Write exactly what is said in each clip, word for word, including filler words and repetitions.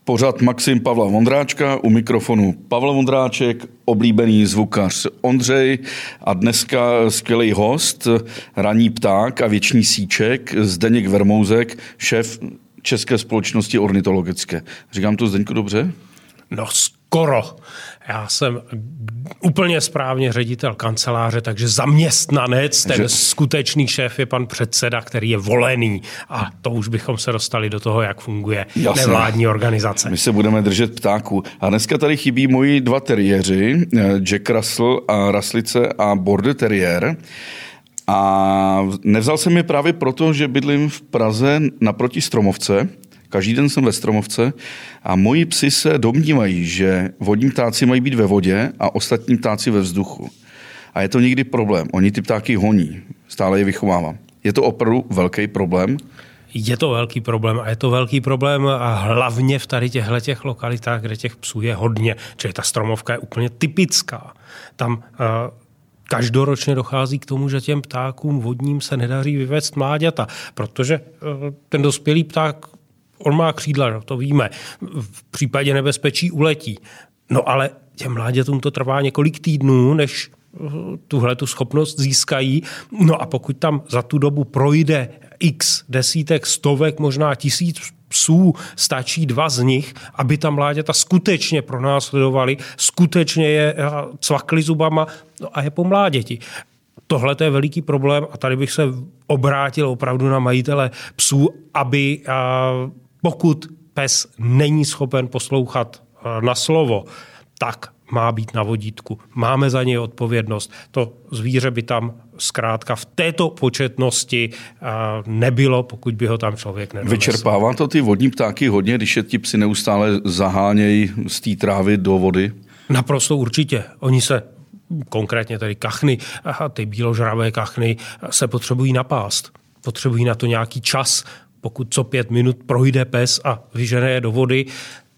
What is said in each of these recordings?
Pořad Maxim Pavla Vondráčka, u mikrofonu Pavel Vondráček, oblíbený zvukař Ondřej a dneska skvělý host, ranní pták a věčný síček Zdeněk Vermouzek, šéf České společnosti ornitologické. Říkám to, Zdeňku, dobře? No skoro. Já jsem úplně správně ředitel kanceláře, takže zaměstnanec, ten že... skutečný šéf je pan předseda, který je volený. A to už bychom se dostali do toho, jak funguje Jasne. nevládní organizace. My se budeme držet ptáků. A dneska tady chybí moji dva teriéři, Jack Russell a Raslice a Border Terrier. A nevzal jsem je právě proto, že bydlím v Praze naproti Stromovce. Každý den jsem ve Stromovce a moji psi se domnívají, že vodní ptáci mají být ve vodě a ostatní ptáci ve vzduchu. A je to někdy problém. Oni ty ptáky honí. Stále je vychovávám. Je to opravdu velký problém? Je to velký problém a je to velký problém a hlavně v tady těchto těch lokalitách, kde těch psů je hodně. Čili ta Stromovka je úplně typická. Tam uh, každoročně dochází k tomu, že těm ptákům vodním se nedaří vyvést mláďata, protože uh, ten dospělý pták on má křídla, to víme. V případě nebezpečí uletí. No ale těm mláďatům to trvá několik týdnů, než tuhle tu schopnost získají. No a pokud tam za tu dobu projde x desítek, stovek, možná tisíc psů, stačí dva z nich, aby ta mláďata skutečně pronásledovali, skutečně je cvakli zubama, no a je po mláděti. Tohle to je veliký problém a tady bych se obrátil opravdu na majitele psů, aby pokud pes není schopen poslouchat na slovo, tak má být na vodítku. Máme za něj odpovědnost. To zvíře by tam zkrátka v této početnosti nebylo, pokud by ho tam člověk nedonesl. Vyčerpává to ty vodní ptáky hodně, když je ti psi neustále zahánějí z té trávy do vody? Naprosto určitě. Oni se konkrétně tady kachny, ty bíložravé kachny se potřebují napást. Potřebují na to nějaký čas. Pokud co pět minut projde pes a vyžene je do vody,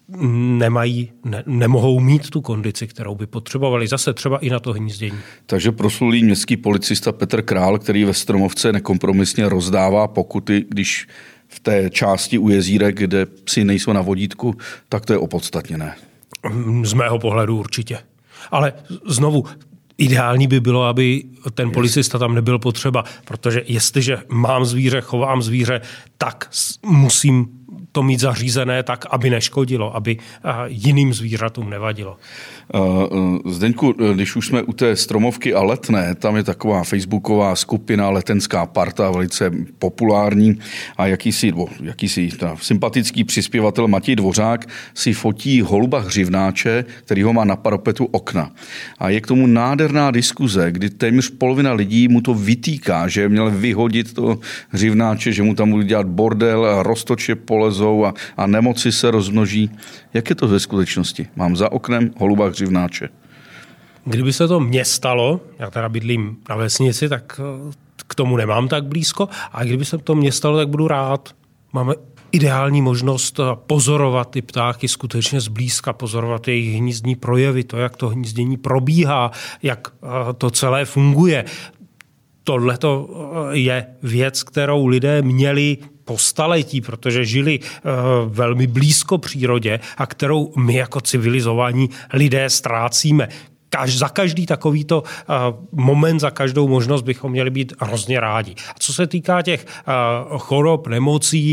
nemají, ne, nemohou mít tu kondici, kterou by potřebovali. Zase třeba i na to hnízdění. Takže proslulý městský policista Petr Král, který ve Stromovce nekompromisně rozdává pokuty, když v té části u jezírek, kde psi nejsou na vodítku, tak to je opodstatněné. Z mého pohledu určitě. Ale znovu, ideální by bylo, aby ten policista tam nebyl potřeba, protože jestliže mám zvíře, chovám zvíře, tak musím to mít zařízené tak, aby neškodilo, aby jiným zvířatům nevadilo. Zdeňku, když už jsme u té Stromovky a Letné, tam je taková facebooková skupina Letenská parta, velice populární a jakýsi, jakýsi ta, sympatický přispěvatel Matěj Dvořák si fotí holuba hřivnáče, který ho má na parapetu okna. A je k tomu nádherná diskuze, kdy téměř polovina lidí mu to vytýká, že měl vyhodit toho hřivnáče, že mu tam bude dělat bordel a roztoče polezou a, a nemoci se rozmnoží. Jak je to ve skutečnosti? Mám za oknem holuba hřivnáče. Kdyby se to mně stalo, já teda bydlím na vesnici, tak k tomu nemám tak blízko, a kdyby se to mně stalo, tak budu rád. Máme ideální možnost pozorovat ty ptáky skutečně zblízka, pozorovat jejich hnízdní projevy, to, jak to hnízdění probíhá, jak to celé funguje. Tohle je věc, kterou lidé měli po staletí, protože žili uh, velmi blízko přírodě a kterou my jako civilizovaní lidé ztrácíme. Kaž, za každý takovýto uh, moment, za každou možnost bychom měli být hrozně rádi. A co se týká těch uh, chorob, nemocí,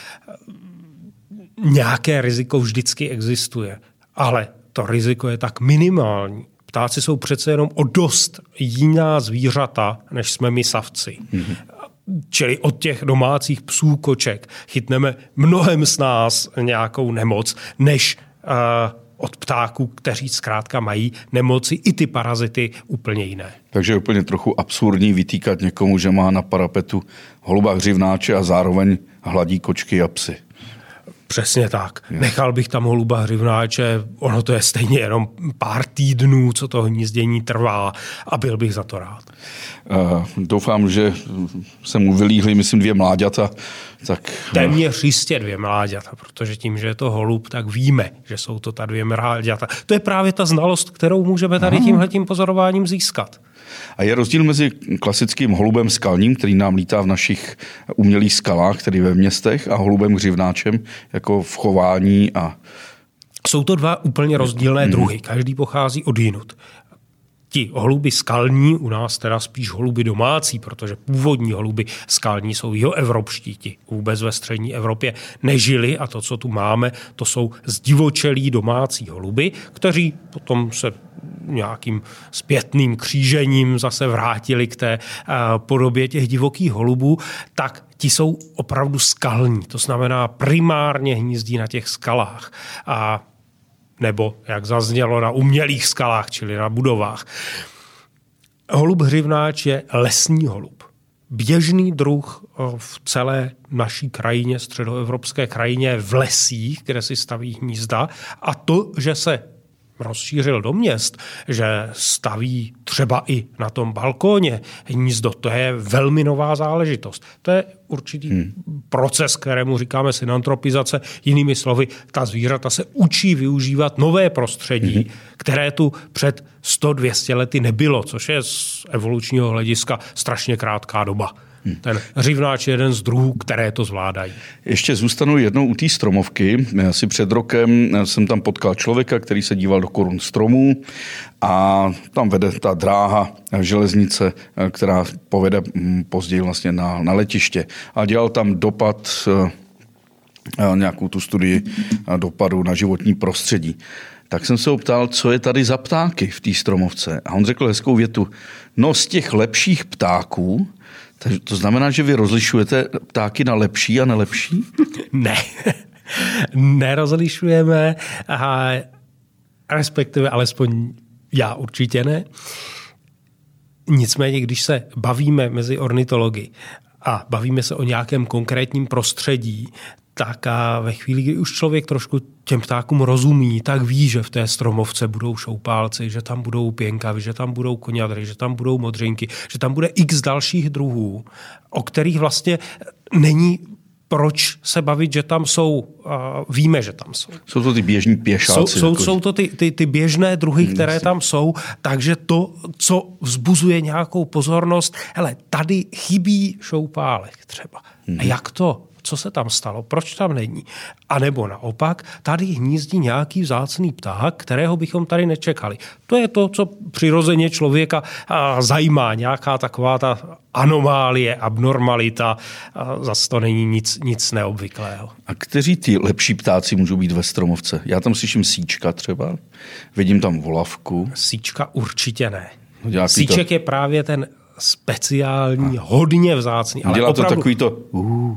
nějaké riziko vždycky existuje, ale to riziko je tak minimální. Ptáci jsou přece jenom o dost jiná zvířata, než jsme my savci. Mm-hmm. Čili od těch domácích psů, koček chytneme mnohem s nás nějakou nemoc, než uh, od ptáků, kteří zkrátka mají nemoci, i ty parazity úplně jiné. Takže je úplně trochu absurdní vytýkat někomu, že má na parapetu holuba hřivnáče a zároveň hladí kočky a psy. Přesně tak. Yes. Nechal bych tam holuba hřivnáče, ono to je stejně jenom pár týdnů, co to hnízdění trvá, a byl bych za to rád. Uh, doufám, že se mu vylíhly, myslím, dvě mláďata. Tak, téměř jistě dvě mláďata, protože tím, že je to holub, tak víme, že jsou to ta dvě mláďata. To je právě ta znalost, kterou můžeme tady tímhletím pozorováním získat. A je rozdíl mezi klasickým holubem skalním, který nám lítá v našich umělých skalách, tedy ve městech, a holubem hřivnáčem, jako v chování a... Jsou to dva úplně rozdílné mm. druhy. Každý pochází od jinut. Ti holuby skalní, u nás teda spíš holuby domácí, protože původní holuby skalní jsou jihoevropští, ti vůbec ve střední Evropě nežili a to, co tu máme, to jsou zdivočelí domácí holuby, kteří potom se nějakým zpětným křížením zase vrátili k té podobě těch divokých holubů, tak ti jsou opravdu skalní. To znamená primárně hnízdí na těch skalách. A nebo, jak zaznělo, na umělých skalách, čili na budovách. Holub hřivnáč je lesní holub. Běžný druh v celé naší krajině, středoevropské krajině, v lesích, kde si staví hnízda. A to, že se rozšířil do měst, že staví třeba i na tom balkóně hnízdo, to je velmi nová záležitost. To je určitý hmm. proces, kterému říkáme synantropizace. Jinými slovy, ta zvířata se učí využívat nové prostředí, hmm. které tu před sto dvě stě lety nebylo, což je z evolučního hlediska strašně krátká doba. Hmm. Ten hřivnáč je jeden z druhů, které to zvládají. Ještě zůstanu jednou u té stromovky. Asi před rokem jsem tam potkal člověka, který se díval do korun stromů a tam vede ta dráha železnice, která povede později vlastně na, na letiště. A dělal tam dopad, nějakou tu studii dopadu na životní prostředí. Tak jsem se ho ptal, co je tady za ptáky v té stromovce. A on řekl hezkou větu. No z těch lepších ptáků. Takže to znamená, že vy rozlišujete ptáky na lepší a nelepší? Ne, nerozlišujeme, a respektive alespoň já určitě ne. Nicméně, když se bavíme mezi ornitology a bavíme se o nějakém konkrétním prostředí, tak a ve chvíli, kdy už člověk trošku těm ptákům rozumí, tak ví, že v té stromovce budou šoupálci, že tam budou pěnkavy, že tam budou koňadry, že tam budou modřinky, že tam bude x dalších druhů, o kterých vlastně není proč se bavit, že tam jsou. Víme, že tam jsou. Jsou to ty běžní pěšáci. Jsou, jsou, jako... jsou to ty, ty, ty běžné druhy, které tam jsou, takže to, co vzbuzuje nějakou pozornost, hele, tady chybí šoupálek třeba. Hmm. A jak to? Co se tam stalo? Proč tam není? A nebo naopak, tady hnízdí nějaký vzácný pták, kterého bychom tady nečekali. To je to, co přirozeně člověka zajímá. Nějaká taková ta anomálie, abnormalita. Zase to není nic, nic neobvyklého. A kteří ty lepší ptáci můžou být ve stromovce? Já tam slyším síčka třeba, vidím tam volavku. Síčka určitě ne. No, Síček to... je právě ten speciální, a. hodně vzácný. Ale dělá opravdu... to takový to... Uh.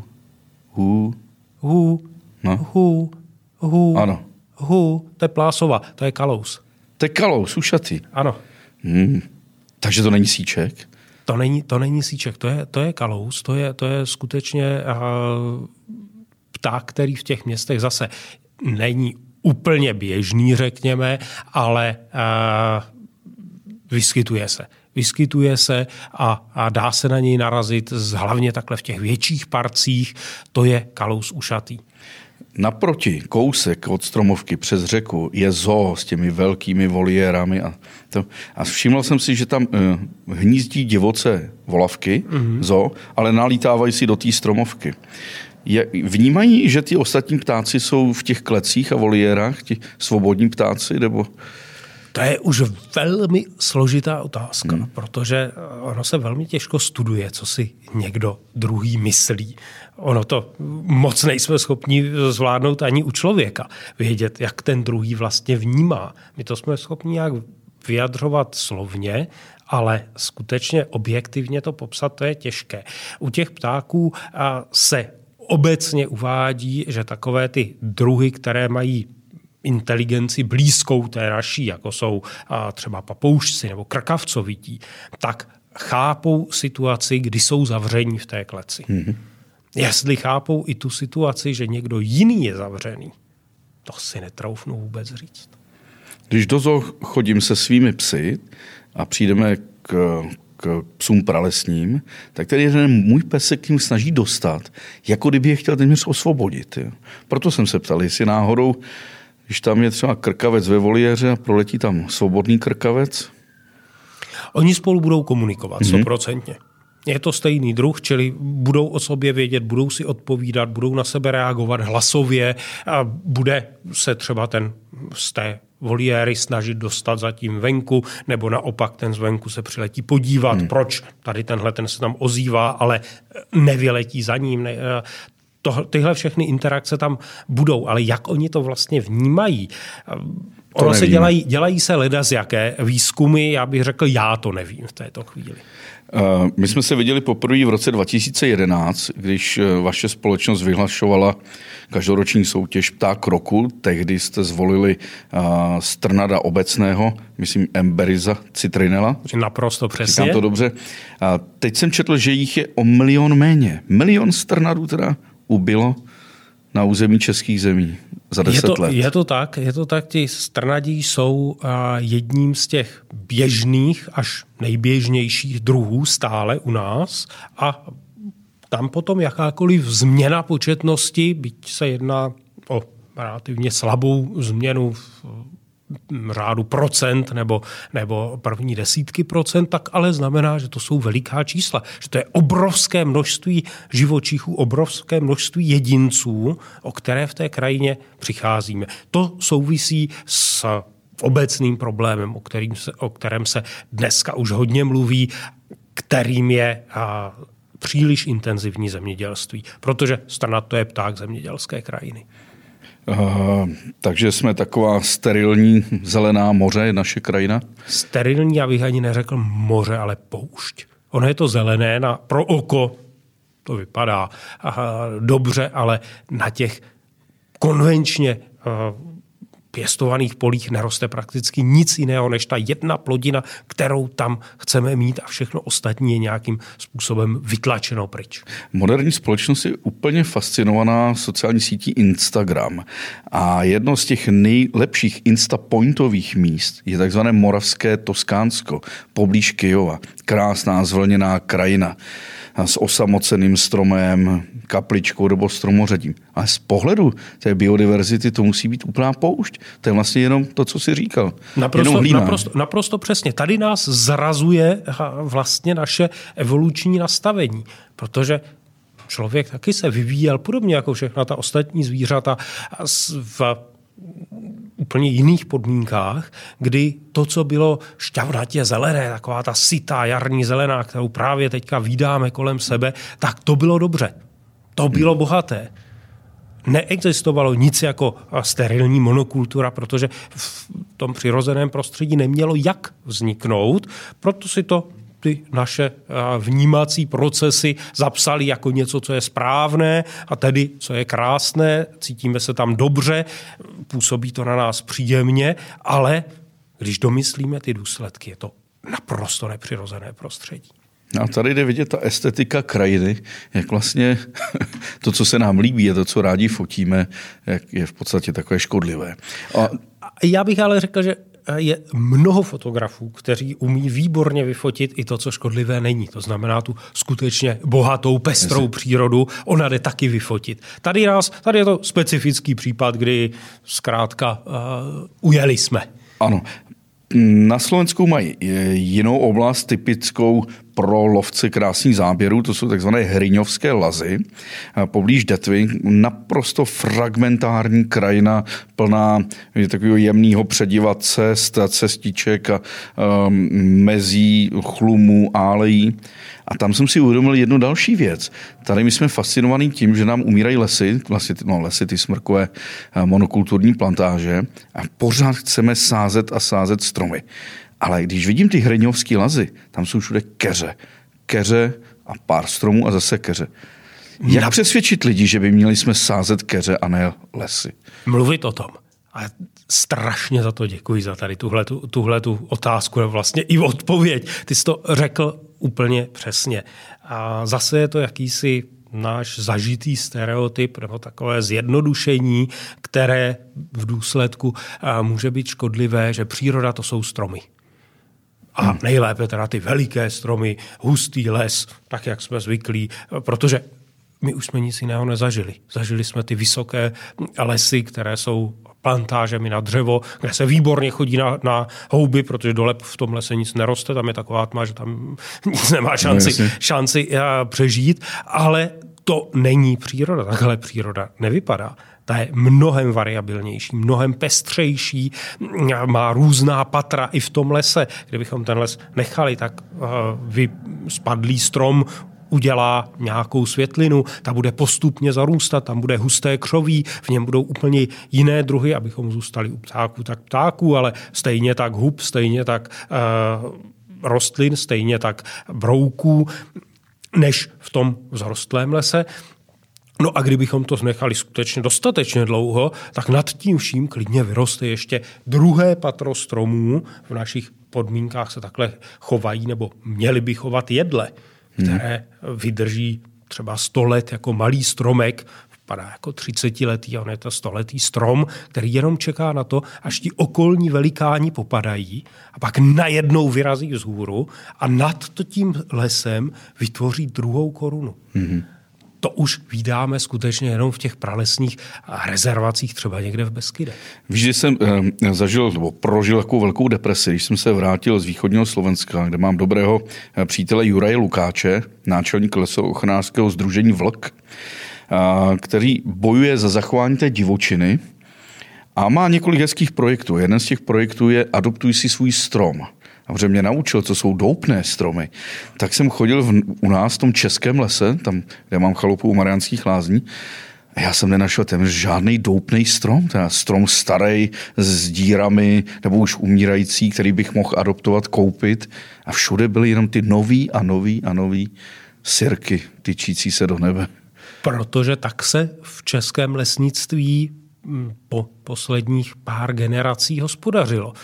Hu. Hu. No. Hu. Hu. Ano. Hu. To je plásova. To je kalous. To je kalous, ušatý. Ano. Hmm. Takže to není síček? To není, to není síček. To je, to je kalous. To je, to je skutečně uh, pták, který v těch městech zase není úplně běžný, řekněme, ale uh, vyskytuje se. Vyskytuje se a, a dá se na něj narazit, hlavně takhle v těch větších parcích, to je kalous ušatý. Naproti kousek od stromovky přes řeku je zoo s těmi velkými voliérami. A, to, a všiml jsem si, že tam uh, hnízdí divoce volavky, mm-hmm. zoo, ale nalítávají si do té stromovky. Je, vnímají, že ty ostatní ptáci jsou v těch klecích a voliérách, ti svobodní ptáci, nebo... To je už velmi složitá otázka, hmm. protože ono se velmi těžko studuje, co si někdo druhý myslí. Ono to moc nejsme schopni zvládnout ani u člověka. Vědět, jak ten druhý vlastně vnímá. My to jsme schopni nějak vyjadřovat slovně, ale skutečně objektivně to popsat, to je těžké. U těch ptáků se obecně uvádí, že takové ty druhy, které mají inteligenci blízkou té naší, jako jsou a, třeba papoušci nebo krkavcovití, tak chápou situaci, kdy jsou zavření v té kleci. Mm-hmm. Jestli chápou i tu situaci, že někdo jiný je zavřený, to si netroufnu vůbec říct. Když do zoo chodím se svými psy a přijdeme k, k psům pralesním, tak tady jeden můj pes se k ním snaží dostat, jako kdyby je chtěl téměř osvobodit. Jo. Proto jsem se ptal, jestli náhodou, když tam je třeba krkavec ve voliéře a proletí tam svobodný krkavec? Oni spolu budou komunikovat stoprocentně. Mm-hmm. Je to stejný druh, čili budou o sobě vědět, budou si odpovídat, budou na sebe reagovat hlasově a bude se třeba ten z té voliéry snažit dostat zatím venku, nebo naopak ten zvenku se přiletí podívat, hmm. proč tady tenhle ten se tam ozývá, ale nevyletí za ním. Ne, to, tyhle všechny interakce tam budou, ale jak oni to vlastně vnímají? Ono se dělají, dělají se leda z jaké výzkumy, já bych řekl, já to nevím v této chvíli. My jsme se viděli poprvé v roce dva tisíce jedenáct, když vaše společnost vyhlašovala každoroční soutěž Pták roku. Tehdy jste zvolili Strnada obecného, myslím Emberiza citrinella. Naprosto přesně. Říkám to dobře. A teď jsem četl, že jich je o milion méně. Milion strnadů teda ubylo na území českých zemí za deset je to, let. Je to tak, je to tak, ti strnadí jsou jedním z těch běžných až nejběžnějších druhů stále u nás a tam potom jakákoliv změna početnosti, byť se jedná o relativně slabou změnu v řádu procent nebo, nebo první desítky procent, tak ale znamená, že to jsou veliká čísla. Že to je obrovské množství živočichů, obrovské množství jedinců, o které v té krajině přicházíme. To souvisí s obecným problémem, o, kterým se, o kterém se dneska už hodně mluví, kterým je a, příliš intenzivní zemědělství, protože Strnad to je pták zemědělské krajiny. Uh, takže jsme taková sterilní zelená moře, naše krajina? Sterilní, já bych ani neřekl moře, ale poušť. Ono je to zelené, na, pro oko to vypadá uh, dobře, ale na těch konvenčně uh, pěstovaných polích neroste prakticky nic jiného, než ta jedna plodina, kterou tam chceme mít a všechno ostatní je nějakým způsobem vytlačeno pryč. Moderní společnost je úplně fascinovaná sociální sítí Instagram a jedno z těch nejlepších instapointových míst je takzvané Moravské Toskánsko, poblíž Kyjova. Krásná zvlněná krajina s osamoceným stromem, kapličkou nebo stromořadím. Ale z pohledu té biodiverzity to musí být úplná poušť. To je vlastně jenom to, co jsi říkal. Naprosto, naprosto, naprosto přesně. Tady nás zrazuje vlastně naše evoluční nastavení, protože člověk taky se vyvíjel podobně jako všechna ta ostatní zvířata v úplně jiných podmínkách, kdy to, co bylo šťavnatě zelené, taková ta sytá jarní zelená, kterou právě teďka vídáme kolem sebe, tak to bylo dobře. To bylo bohaté. Neexistovalo nic jako sterilní monokultura, protože v tom přirozeném prostředí nemělo jak vzniknout, proto si to ty naše vnímací procesy zapsali jako něco, co je správné a tedy, co je krásné, cítíme se tam dobře, působí to na nás příjemně, ale když domyslíme ty důsledky, je to naprosto nepřirozené prostředí. A tady jde vidět ta estetika krajiny, jak vlastně to, co se nám líbí, je to, co rádi fotíme, jak je v podstatě takové škodlivé. A... Já bych ale řekl, že je mnoho fotografů, kteří umí výborně vyfotit i to, co škodlivé není. To znamená tu skutečně bohatou, pestrou Jestli. přírodu. Ona jde taky vyfotit. Tady, nás, tady je to specifický případ, kdy zkrátka uh, ujeli jsme. Ano. Na Slovensku mají jinou oblast typickou pro lovce krásných záběrů, to jsou takzvané Hryňovské lazy. Poblíž Detvy naprosto fragmentární krajina plná takového jemného předivat cest, cestiček a um, mezí, chlumů, álejí. A tam jsem si uvědomil jednu další věc. Tady my jsme fascinovaní tím, že nám umírají lesy, lesy, no, lesy ty smrkové monokulturní plantáže a pořád chceme sázet a sázet stromy. Ale když vidím ty Hryňovské lazy, tam jsou všude keře. Keře a pár stromů a zase keře. Jak přesvědčit lidi, že by měli jsme sázet keře a ne lesy? Mluvit o tom. A strašně za to děkuji, za tady tuhletu, tuhletu otázku, nebo vlastně i odpověď. Ty jsi to řekl úplně přesně. A zase je to jakýsi náš zažitý stereotyp nebo takové zjednodušení, které v důsledku může být škodlivé, že příroda to jsou stromy. A nejlépe teda ty veliké stromy, hustý les, tak jak jsme zvyklí, protože my už jsme nic jiného nezažili. Zažili jsme ty vysoké lesy, které jsou plantážemi na dřevo, kde se výborně chodí na, na houby, protože dole v tom lese nic neroste, tam je taková tma, že tam nic nemá šanci, no, šanci přežít, ale to není příroda, takhle příroda nevypadá. Ta je mnohem variabilnější, mnohem pestřejší, má různá patra i v tom lese. Kdybychom ten les nechali, tak uh, spadlý strom udělá nějakou světlinu, ta bude postupně zarůstat, tam bude husté křoví, v něm budou úplně jiné druhy, abychom zůstali u ptáků, tak ptáků, ale stejně tak hub, stejně tak uh, rostlin, stejně tak brouků, než v tom vzrostlém lese. No a kdybychom to nechali skutečně dostatečně dlouho, tak nad tím vším klidně vyroste ještě druhé patro stromů. V našich podmínkách se takhle chovají, nebo měli by chovat jedle, které hmm. vydrží třeba sto let jako malý stromek, vypadá jako třicetiletý, a on je to stoletý strom, který jenom čeká na to, až ti okolní velikáni popadají a pak najednou vyrazí vzhůru a nad tím lesem vytvoří druhou korunu. Hmm. To už vídáme skutečně jenom v těch pralesních rezervacích, třeba někde v Beskydech. Víš, že jsem eh, zažil nebo prožil takovou velkou depresi, když jsem se vrátil z východního Slovenska, kde mám dobrého přítele Juraje Lukáče, náčelník lesoochranářského sdružení Vlk, a, který bojuje za zachování té divočiny a má několik hezkých projektů. Jeden z těch projektů je Adoptuj si svůj strom. A protože mě naučil, co jsou doupné stromy, tak jsem chodil v, u nás v tom českém lese, tam, kde mám chalupu u Mariánských Lázní, a já jsem nenašel téměř žádný doupný strom, teda strom starý s dírami, nebo už umírající, který bych mohl adoptovat, koupit. A všude byly jenom ty nový a nový a nový sirky tyčící se do nebe. Protože tak se v českém lesnictví po posledních pár generací hospodařilo.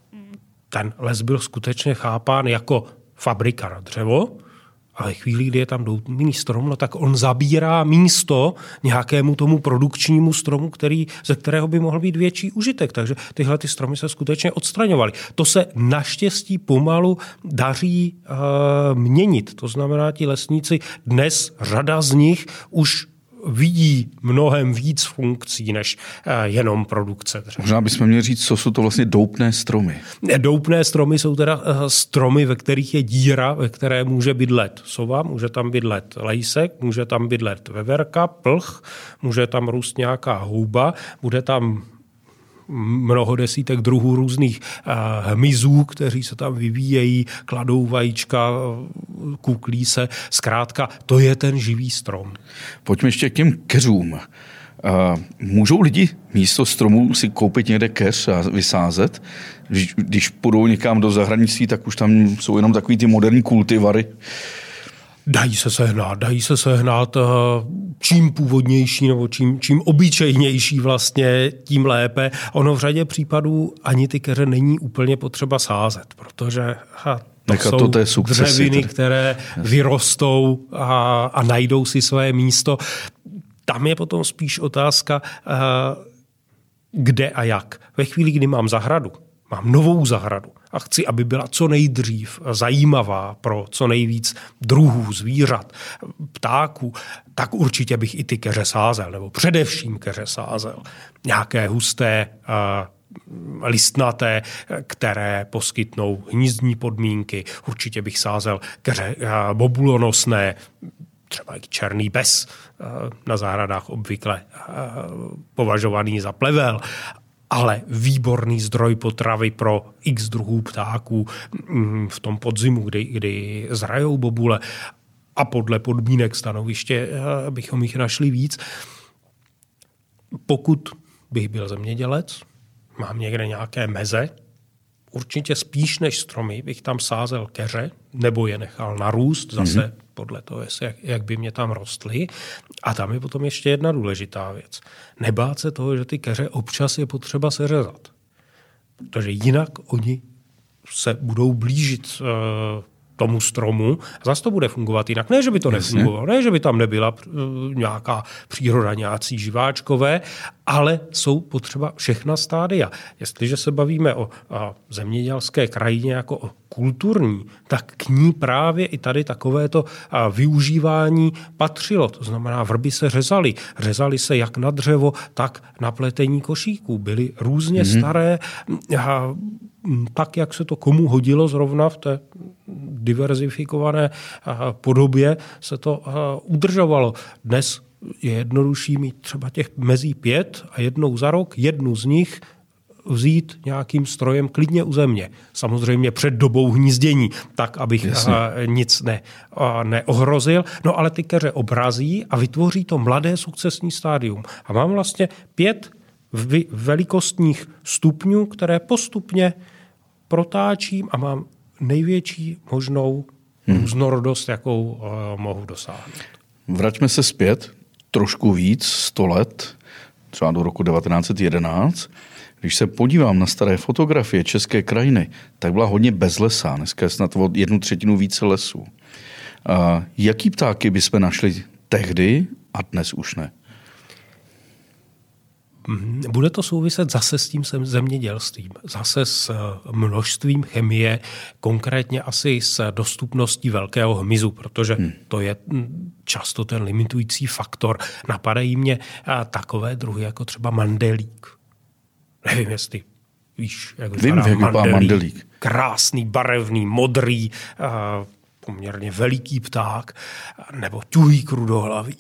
Ten les byl skutečně chápán jako fabrika na dřevo, ale ve chvíli, kdy je tam doupný strom, no tak on zabírá místo nějakému tomu produkčnímu stromu, který, ze kterého by mohl být větší užitek. Takže tyhle ty stromy se skutečně odstraňovaly. To se naštěstí pomalu daří uh, měnit. To znamená, ti lesníci dnes, řada z nich už vidí mnohem víc funkcí než jenom produkce dřeva. Možná bychom měli říct, co jsou to vlastně doupné stromy. Doupné stromy jsou teda stromy, ve kterých je díra, ve které může bydlet sova, může tam bydlet lejsek, může tam bydlet veverka, plch, může tam růst nějaká houba, bude tam mnoho desítek druhů různých hmyzů, kteří se tam vyvíjejí, kladou vajíčka, kuklí se. Zkrátka, to je ten živý strom. Pojďme ještě k těm keřům. Můžou lidi místo stromů si koupit někde keř a vysázet? Když, když půjdou někam do zahraničí, tak už tam jsou jenom takový ty moderní kultivary. Dají se sehnat, dají se sehnat čím původnější nebo čím, čím obyčejnější vlastně, tím lépe. Ono v řadě případů ani ty keře není úplně potřeba sázet, protože ha, to Nechat jsou to, to je sukcesy, dřeviny, které vyrostou a, a najdou si své místo. Tam je potom spíš otázka, kde a jak. Ve chvíli, kdy mám zahradu, mám novou zahradu a chci, aby byla co nejdřív zajímavá pro co nejvíc druhů, zvířat, ptáků, tak určitě bych i ty keře sázel, nebo především keře sázel. Nějaké husté, uh, listnaté, které poskytnou hnízdní podmínky. Určitě bych sázel keře uh, bobulonosné, třeba i černý pes, uh, na zahradách obvykle uh, považovaný za plevel, ale výborný zdroj potravy pro x druhů ptáků v tom podzimu, kdy, kdy zrajou bobule, a podle podmínek stanoviště bychom jich našli víc. Pokud bych byl zemědělec, mám někde nějaké meze, určitě spíš než stromy bych tam sázel keře, nebo je nechal narůst, zase mm-hmm. podle toho, jak, jak by mě tam rostly. A tam je potom ještě jedna důležitá věc. Nebát se toho, že ty keře občas je potřeba seřezat. Protože jinak oni se budou blížit tomu stromu. Zas to bude fungovat jinak. Ne, že by to Jasně. nefungovalo, ne, že by tam nebyla nějaká příroda, nějací živáčkové, ale jsou potřeba všechna stádia. Jestliže se bavíme o zemědělské krajině jako o kulturní, tak k ní právě i tady takovéto využívání patřilo. To znamená, vrby se řezaly. Řezaly se jak na dřevo, tak na pletení košíků. Byly různě mm-hmm. staré, tak, jak se to komu hodilo zrovna v té diverzifikované podobě, se to udržovalo. Dnes je jednodušší mít třeba těch mezí pět a jednou za rok jednu z nich vzít nějakým strojem klidně u země. Samozřejmě před dobou hnízdění, tak, abych Jasně. nic ne, neohrozil. No ale ty keře obrazí a vytvoří to mladé sukcesní stádium. A mám vlastně pět velikostních stupňů, které postupně protáčím a mám největší možnou hmm. různorodost, jakou uh, mohu dosáhnout. Vraťme se zpět trošku víc, sto let, třeba do roku devatenáct set jedenáct. Když se podívám na staré fotografie české krajiny, tak byla hodně bezlesá. Dneska je snad o jednu třetinu více lesů. Uh, jaký ptáky bychom našli tehdy a dnes už ne? Bude to souviset zase s tím zemědělstvím, zase s množstvím chemie, konkrétně asi s dostupností velkého hmyzu, protože hmm. to je často ten limitující faktor. Napadají mě takové druhy, jako třeba mandelík. Nevím, jestli víš, jak vypadá Vím, jak mandelík. mandelík. Krásný, barevný, modrý, poměrně veliký pták, nebo ťuhýk rudohlavý.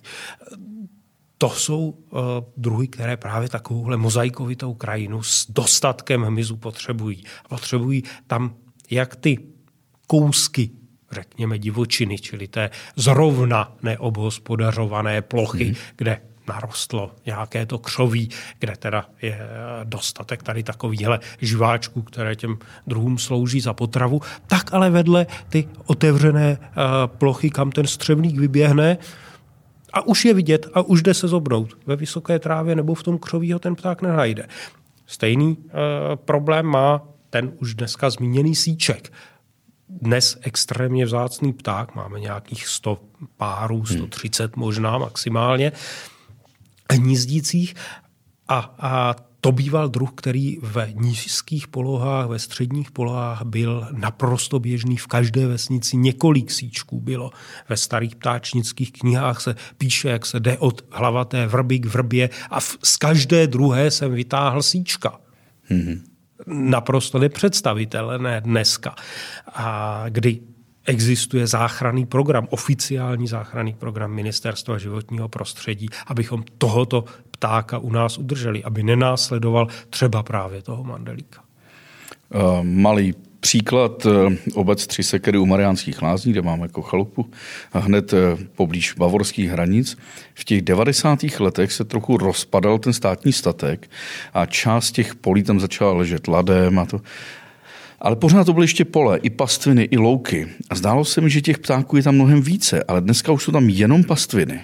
To jsou uh, druhy, které právě takovouhle mozaikovitou krajinu s dostatkem hmyzu potřebují. Potřebují tam jak ty kousky, řekněme divočiny, čili té zrovna neobhospodařované plochy, hmm. kde narostlo nějaké to křoví, kde teda je dostatek tady takovýhle živáčků, které těm druhům slouží za potravu, tak ale vedle ty otevřené uh, plochy, kam ten střevník vyběhne, a už je vidět a už jde se zobnout. Ve vysoké trávě nebo v tom křoví ho ten pták nenajde. Stejný e, problém má ten už dneska zmíněný síček. Dnes extrémně vzácný pták, máme nějakých sto párů, sto třicet možná maximálně hnízdících a, a to býval druh, který ve nízkých polohách, ve středních polohách byl naprosto běžný. V každé vesnici několik síčků bylo. Ve starých ptáčnických knihách se píše, jak se jde od hlavaté vrby k vrbě a v, z každé druhé jsem vytáhl síčka. Mm-hmm. Naprosto nepředstavitelné dneska. A kdy existuje záchranný program, oficiální záchranný program Ministerstva životního prostředí, abychom tohoto ptáka u nás udrželi, aby nenásledoval třeba právě toho mandelíka. Uh, malý příklad, obec Tři sekery u Mariánských Lázní, kde máme jako chalupu, hned poblíž bavorských hranic. V těch devadesátých letech se trochu rozpadal ten státní statek a část těch polí tam začala ležet ladem a to. Ale pořád to byly ještě pole, i pastviny, i louky. A zdálo se mi, že těch ptáků je tam mnohem více, ale dneska už jsou tam jenom pastviny.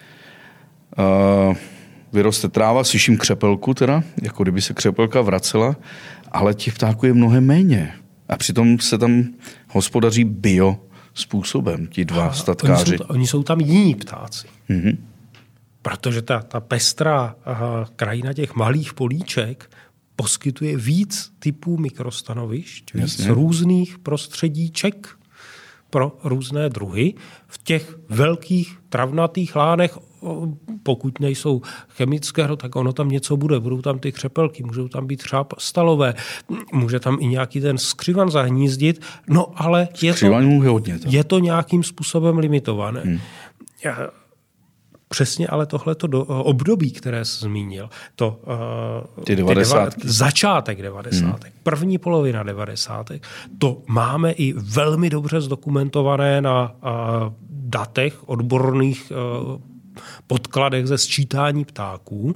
Uh, vyroste tráva, slyším křepelku teda, jako kdyby se křepelka vracela, ale těch ptáků je mnohem méně. A přitom se tam hospodaří bio způsobem, ti dva a statkáři. Oni jsou, oni jsou tam jiní ptáci. Mm-hmm. Protože ta, ta pestrá aha, krajina těch malých políček poskytuje víc typů mikrostanovišť, víc Jasně. různých prostředíček pro různé druhy. V těch velkých travnatých lánech, pokud nejsou chemického, tak ono tam něco bude. Budou tam ty křepelky, můžou tam být třeba stalové, může tam i nějaký ten skřivan zahnízdit, no ale je to, je to nějakým způsobem limitované. Hmm. Já, Přesně, ale tohleto do, období, které jsi zmínil, to ty devadesátky. Deva, začátek devadesátek, hmm. první polovina devadesátek, to máme i velmi dobře zdokumentované na uh, datech, odborných uh, podkladech ze sčítání ptáků,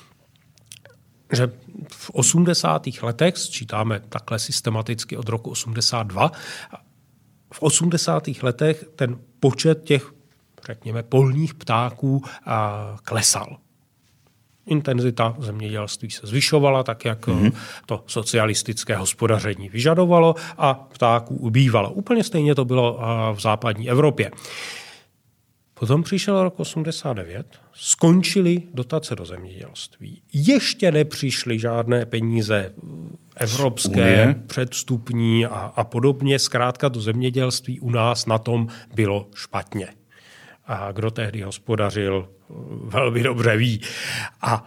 že v osmdesátých letech, sčítáme takhle systematicky od roku osmdesát dva, v osmdesátých letech ten počet těch řekněme, polních ptáků a klesal. Intenzita zemědělství se zvyšovala, tak jak mm-hmm. to socialistické hospodaření vyžadovalo a ptáků ubývalo. Úplně stejně to bylo v západní Evropě. Potom přišel rok osmdesát devět, skončily dotace do zemědělství. Ještě nepřišly žádné peníze evropské, Unie. předvstupní a, a podobně. Zkrátka to zemědělství u nás na tom bylo špatně. A kdo tehdy hospodařil, velmi dobře ví. A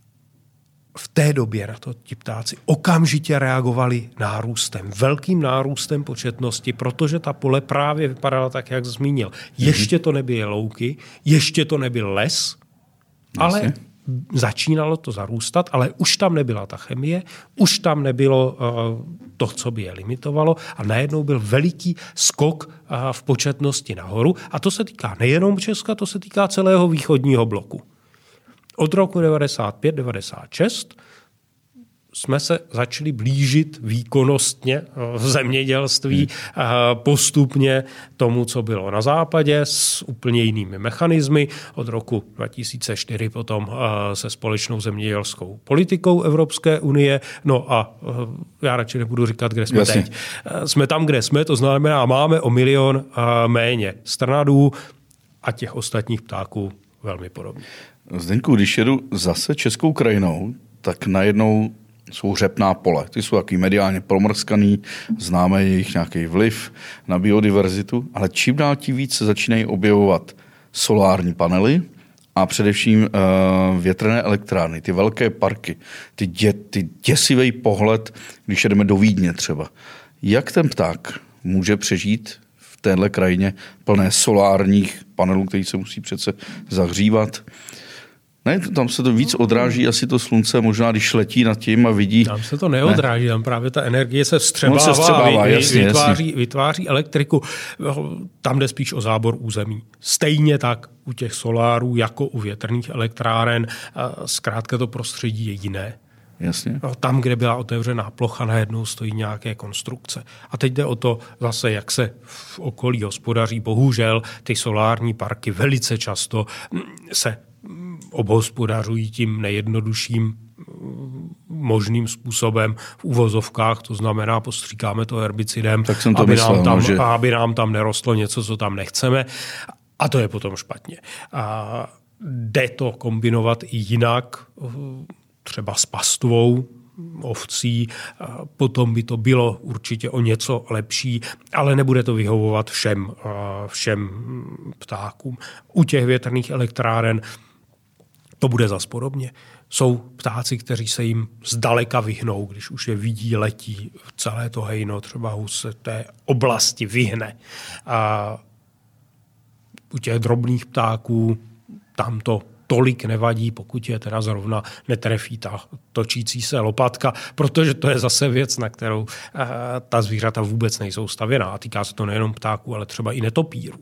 v té době na to ti ptáci okamžitě reagovali nárůstem, velkým nárůstem početnosti, protože ta pole právě vypadala tak, jak zmínil. Ještě to nebyly louky, ještě to nebyl les, ale Jasně. začínalo to zarůstat, ale už tam nebyla ta chemie, už tam nebylo uh, to, co by je limitovalo a najednou byl veliký skok uh, v početnosti nahoru a to se týká nejenom Česka, to se týká celého východního bloku. Od roku devadesát pět devadesát šest jsme se začali blížit výkonnostně v zemědělství hmm. postupně tomu, co bylo na západě, s úplně jinými mechanismy. Od roku dva tisíce čtyři potom se společnou zemědělskou politikou Evropské unie. No a já radši nebudu říkat, kde jsme Jasně. teď. Jsme tam, kde jsme, to znamená, máme o milion méně strnadů a těch ostatních ptáků velmi podobně. Zdeňku, když jedu zase českou krajinou, tak najednou jsou řepná pole. Ty jsou takový mediálně promrskaný, známe jejich nějaký vliv na biodiverzitu, ale čím dál tím víc se začínají objevovat solární panely a především uh, větrné elektrárny, ty velké parky, ty, dě, ty děsivý pohled, když jedeme do Vídně třeba. Jak ten pták může přežít v téhle krajině plné solárních panelů, který se musí přece zahřívat? Ne, tam se to víc odráží asi to slunce, možná když letí nad tím a vidí. Tam se to neodráží, ne. Tam právě ta energie se vstřebává, se vstřebává vy, jasně, vytváří, jasně. vytváří elektriku. Tam jde spíš o zábor území. Stejně tak u těch solárů, jako u větrných elektráren, zkrátka to prostředí je jiné. Jasně. Tam, kde byla otevřená plocha, najednou stojí nějaké konstrukce. A teď jde o to zase, jak se v okolí hospodaří. Bohužel ty solární parky velice často se obhospodařují tím nejjednodušším možným způsobem v uvozovkách, to znamená, postříkáme to herbicidem, tak jsem to aby, myslel, nám tam, že... aby nám tam nerostlo něco, co tam nechceme. A to je potom špatně. A jde to kombinovat i jinak, třeba s pastvou ovcí, potom by to bylo určitě o něco lepší, ale nebude to vyhovovat všem, všem ptákům. U těch větrných elektráren to bude zas podobně. Jsou ptáci, kteří se jim zdaleka vyhnou, když už je vidí, letí celé to hejno, třeba hus se té oblasti vyhne. A u těch drobných ptáků tam to tolik nevadí, pokud je teda zrovna netrefí ta točící se lopatka, protože to je zase věc, na kterou ta zvířata vůbec nejsou stavěná. A týká se to nejenom ptáků, ale třeba i netopírů.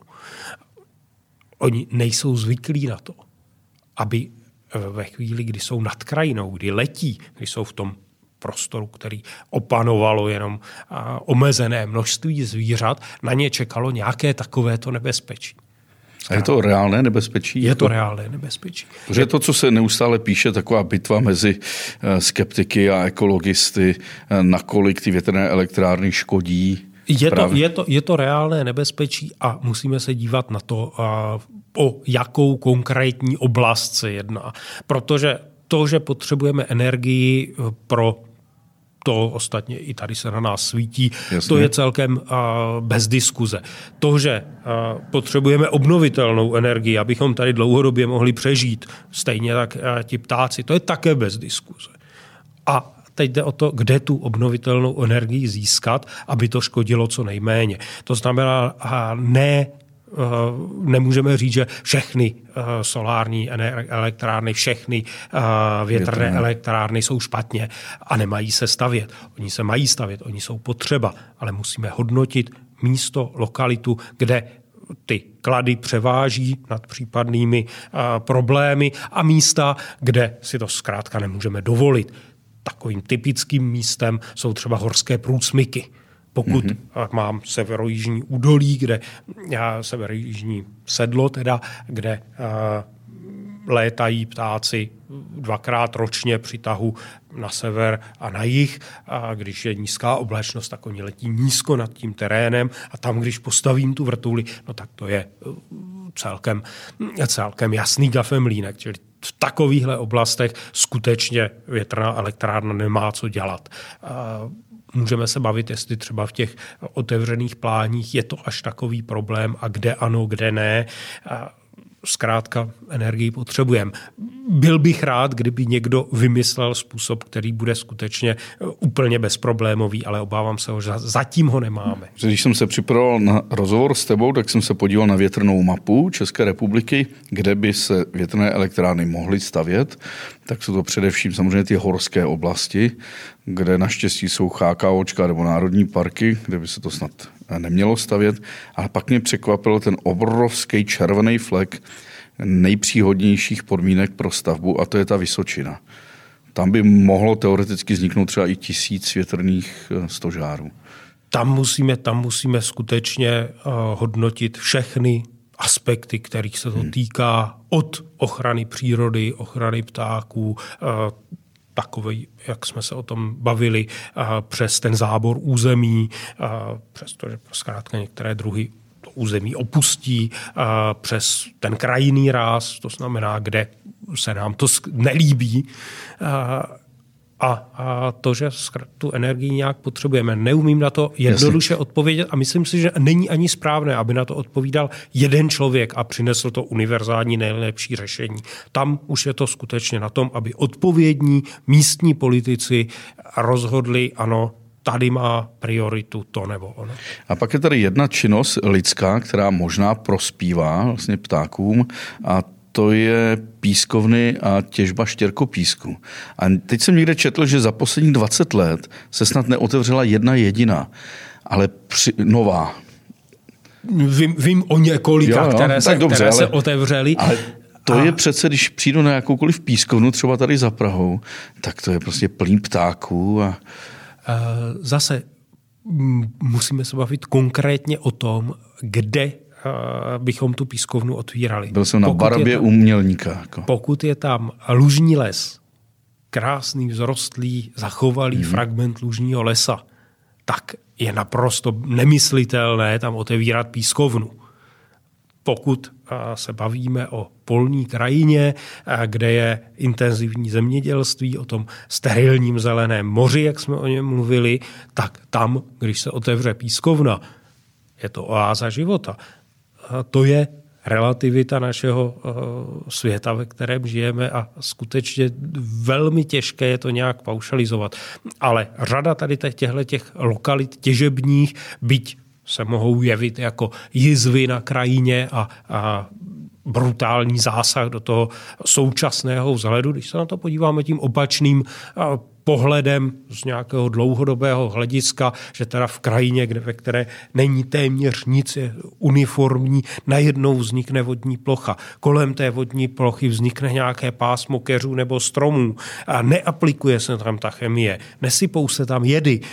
Oni nejsou zvyklí na to, aby ve chvíli, kdy jsou nad krajinou, kdy letí, kdy jsou v tom prostoru, který opanovalo jenom omezené množství zvířat, na ně čekalo nějaké takovéto nebezpečí. A je to reálné nebezpečí? Je to reálné nebezpečí. Protože to, co se neustále píše, taková bitva mezi skeptiky a ekologisty, nakolik ty větrné elektrárny škodí. Je to, je, to, je to reálné nebezpečí a musíme se dívat na to, o jakou konkrétní oblast se jedná. Protože to, že potřebujeme energii pro to ostatně i tady se na nás svítí, Jasně. to je celkem uh, bez diskuze. To, že uh, potřebujeme obnovitelnou energii, abychom tady dlouhodobě mohli přežít, stejně tak uh, ti ptáci, to je také bez diskuze. A teď jde o to, kde tu obnovitelnou energii získat, aby to škodilo co nejméně. To znamená, uh, ne nemůžeme říct, že všechny solární elektrárny, všechny větrné elektrárny jsou špatně a nemají se stavět. Oni se mají stavět, oni jsou potřeba, ale musíme hodnotit místo, lokalitu, kde ty klady převáží nad případnými problémy a místa, kde si to zkrátka nemůžeme dovolit. Takovým typickým místem jsou třeba horské průsmyky. Pokud mm-hmm. mám severojižní údolí, kde já severojižní sedlo, teda, kde uh, létají ptáci dvakrát ročně při tahu na sever a na jih. A když je nízká oblačnost, tak oni letí nízko nad tím terénem a tam, když postavím tu vrtuli, no tak to je celkem, celkem jasný gafemlínek. Čili v takovýchhle oblastech skutečně větrná elektrárna nemá co dělat. Můžeme se bavit, jestli třeba v těch otevřených pláních je to až takový problém a kde ano, kde ne. Zkrátka energii potřebujeme. Byl bych rád, kdyby někdo vymyslel způsob, který bude skutečně úplně bezproblémový, ale obávám se ho, že zatím ho nemáme. Když jsem se připravoval na rozhovor s tebou, tak jsem se podíval na větrnou mapu České republiky, kde by se větrné elektrárny mohly stavět. Tak jsou to především samozřejmě ty horské oblasti, kde naštěstí jsou chákáočka nebo národní parky, kde by se to snad nemělo stavět. Ale pak mě překvapil ten obrovský červený flek nejpříhodnějších podmínek pro stavbu, a to je ta Vysočina. Tam by mohlo teoreticky vzniknout třeba i tisíc větrných stožárů. Tam musíme, tam musíme skutečně uh, hodnotit všechny aspekty, kterých se to hmm. týká, od ochrany přírody, ochrany ptáků, uh, takový, jak jsme se o tom bavili, uh, přes ten zábor území, uh, přestože zkrátka některé druhy to území opustí, uh, přes ten krajinný ráz, to znamená, kde se nám to nelíbí, uh, A, a to, že tu energii nějak potřebujeme. Neumím na to jednoduše Jasně. odpovědět a myslím si, že není ani správné, aby na to odpovídal jeden člověk a přinesl to univerzální nejlepší řešení. Tam už je to skutečně na tom, aby odpovědní místní politici rozhodli, ano, tady má prioritu to nebo ono. A pak je tady jedna činnost lidská, která možná prospívá vlastně ptákům, a to je pískovny a těžba štěrkopísku. A teď jsem někde četl, že za posledních dvacet let se snad neotevřela jedna jediná, ale při, nová. Vím, vím o několika, jo, jo, které, se, dobře, které ale, se otevřely. Ale to a... je přece, když přijdu na jakoukoliv pískovnu, třeba tady za Prahou, tak to je prostě plný ptáků. A... Zase musíme se bavit konkrétně o tom, kde bychom tu pískovnu otvírali. Byl jsem na Barabě u Mělníka. Jako. Pokud je tam lužní les, krásný, vzrostlý, zachovalý hmm. fragment lužního lesa, tak je naprosto nemyslitelné tam otevírat pískovnu. Pokud se bavíme o polní krajině, kde je intenzivní zemědělství, o tom sterilním zeleném moři, jak jsme o něm mluvili, tak tam, když se otevře pískovna, je to oáza života. A to je relativita našeho světa, ve kterém žijeme, a skutečně velmi těžké je to nějak paušalizovat. Ale řada tady těchto těch lokalit těžebních, byť se mohou jevit jako jizvy na krajině a, a brutální zásah do toho současného vzhledu, když se na to podíváme tím opačným pohledem z nějakého dlouhodobého hlediska, že teda v krajině, kde, ve které není téměř nic, je uniformní, najednou vznikne vodní plocha. Kolem té vodní plochy vznikne nějaké pásmo keřů nebo stromů a neaplikuje se tam ta chemie, nesypou se tam jedy.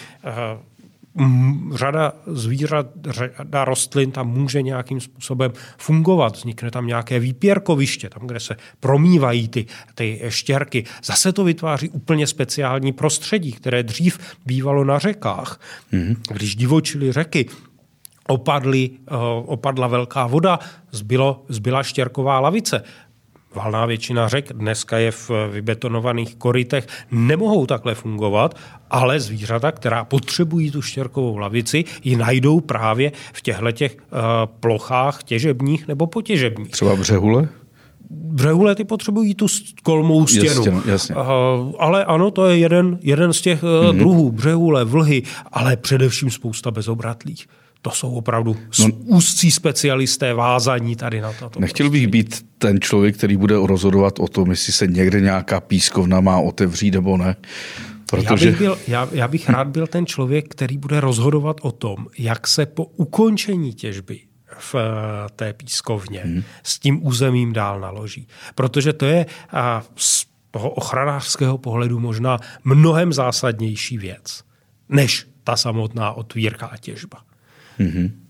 Řada zvířat, řada rostlin tam může nějakým způsobem fungovat. Vznikne tam nějaké výpěrkoviště, tam, kde se promívají ty, ty štěrky. Zase to vytváří úplně speciální prostředí, které dřív bývalo na řekách. Mm-hmm. Když divočily řeky, opadly, opadla velká voda, zbylo, zbyla štěrková lavice. Valná většina řek dneska je v vybetonovaných korytech, nemohou takhle fungovat, ale zvířata, která potřebují tu štěrkovou lavici, ji najdou právě v těchto těch uh, plochách těžebních nebo potěžebních. Třeba břehule? Břehule ty potřebují tu kolmou stěnu. Jasně, jasně. Uh, ale ano, to je jeden, jeden z těch uh, mm-hmm. druhů. Břehule, vlhy, ale především spousta bezobratlých. To jsou opravdu no, úzcí specialisté vázaní tady na to. Nechtěl bych být ten člověk, který bude rozhodovat o tom, jestli se někde nějaká pískovna má otevřít nebo ne. Protože... Já, bych byl, já, já bych rád byl ten člověk, který bude rozhodovat o tom, jak se po ukončení těžby v té pískovně hmm. s tím územím dál naloží. Protože to je a, z toho ochranářského pohledu možná mnohem zásadnější věc, než ta samotná otvírka a těžba. Mm-hmm.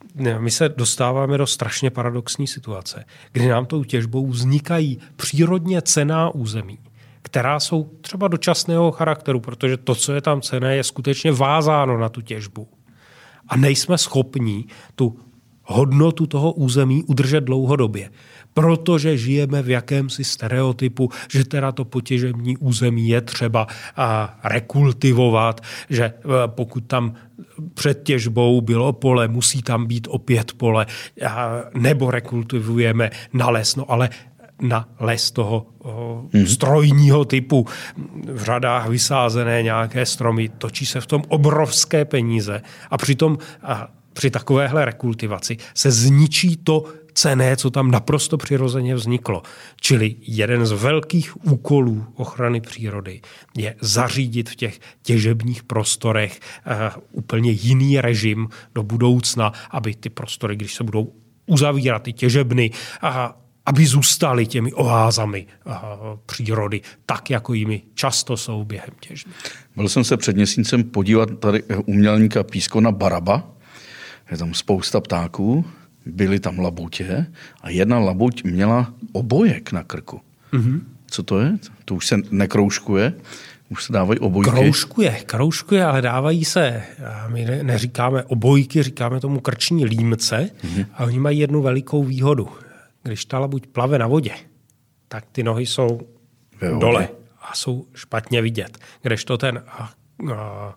my se dostáváme do strašně paradoxní situace, kdy nám tou těžbou vznikají přírodně cenná území, která jsou třeba dočasného charakteru, protože to, co je tam cenné, je skutečně vázáno na tu těžbu. A nejsme schopní tu hodnotu toho území udržet dlouhodobě, protože žijeme v jakémsi stereotypu, že teda to potěžební území je třeba rekultivovat, že pokud tam před těžbou bylo pole, musí tam být opět pole, nebo rekultivujeme na les, no ale na les toho hmm. strojního typu, v řadách vysázené nějaké stromy, točí se v tom obrovské peníze a přitom a při takovéhle rekultivaci se zničí to cenné, co tam naprosto přirozeně vzniklo. Čili jeden z velkých úkolů ochrany přírody je zařídit v těch těžebních prostorech uh, úplně jiný režim do budoucna, aby ty prostory, když se budou uzavírat ty těžebny, uh, aby zůstaly těmi oázami uh, přírody, tak, jako jimi často jsou během těžby. Byl jsem se před měsícem podívat tady umělníka Pískona Baraba. Je tam spousta ptáků, byly tam labutě a jedna labuť měla obojek na krku. Mm-hmm. Co to je? To už se nekroužkuje? Už se dávají obojky? Kroužkuje, kroužkuje, ale dávají se, my ne, neříkáme obojky, říkáme tomu krční límce mm-hmm. a oni mají jednu velikou výhodu. Když ta labuť plave na vodě, tak ty nohy jsou dole a jsou špatně vidět. Kdežto ten a, a,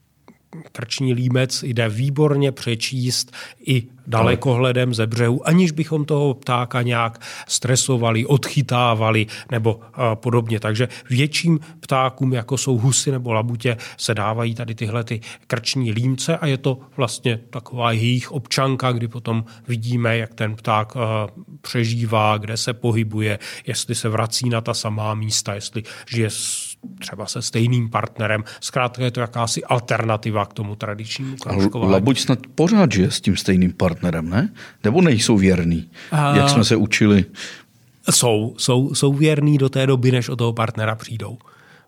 krční límec jde výborně přečíst i dalekohledem ze břehu, aniž bychom toho ptáka nějak stresovali, odchytávali nebo uh, podobně. Takže větším ptákům, jako jsou husy nebo labutě, se dávají tady tyhle ty krční límce a je to vlastně taková jejich občanka, kdy potom vidíme, jak ten pták uh, přežívá, kde se pohybuje, jestli se vrací na ta samá místa, jestli žije s, třeba se stejným partnerem. Zkrátka je to jakási alternativa k tomu tradičnímu kroužkování. Labuť snad pořád žije s tím stejným partnerem, ne? Nebo nejsou věrný, a... jak jsme se učili? Jsou, jsou, jsou věrný do té doby, než od toho partnera přijdou.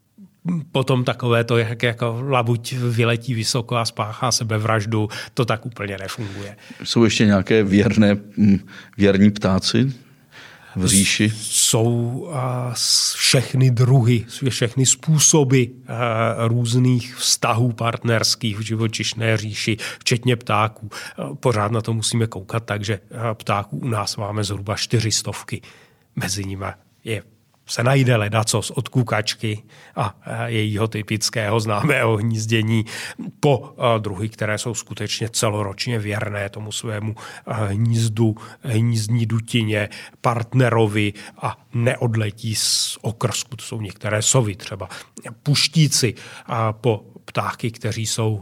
Potom takové to, jak jako labuť vyletí vysoko a spáchá sebevraždu, to tak úplně nefunguje. Jsou ještě nějaké věrné, věrní ptáci v říši? Jsou všechny druhy, všechny způsoby různých vztahů partnerských v živočišné říši, včetně ptáků. Pořád na to musíme koukat, takže ptáků u nás máme zhruba čtyři stovky. Mezi nimi je se najde ledacos od kukačky a jejího typického známého hnízdění po druhy, které jsou skutečně celoročně věrné tomu svému hnízdu, hnízdní dutině, partnerovi a neodletí z okrsku. To jsou některé sovy, třeba puštíci po ptáky, kteří jsou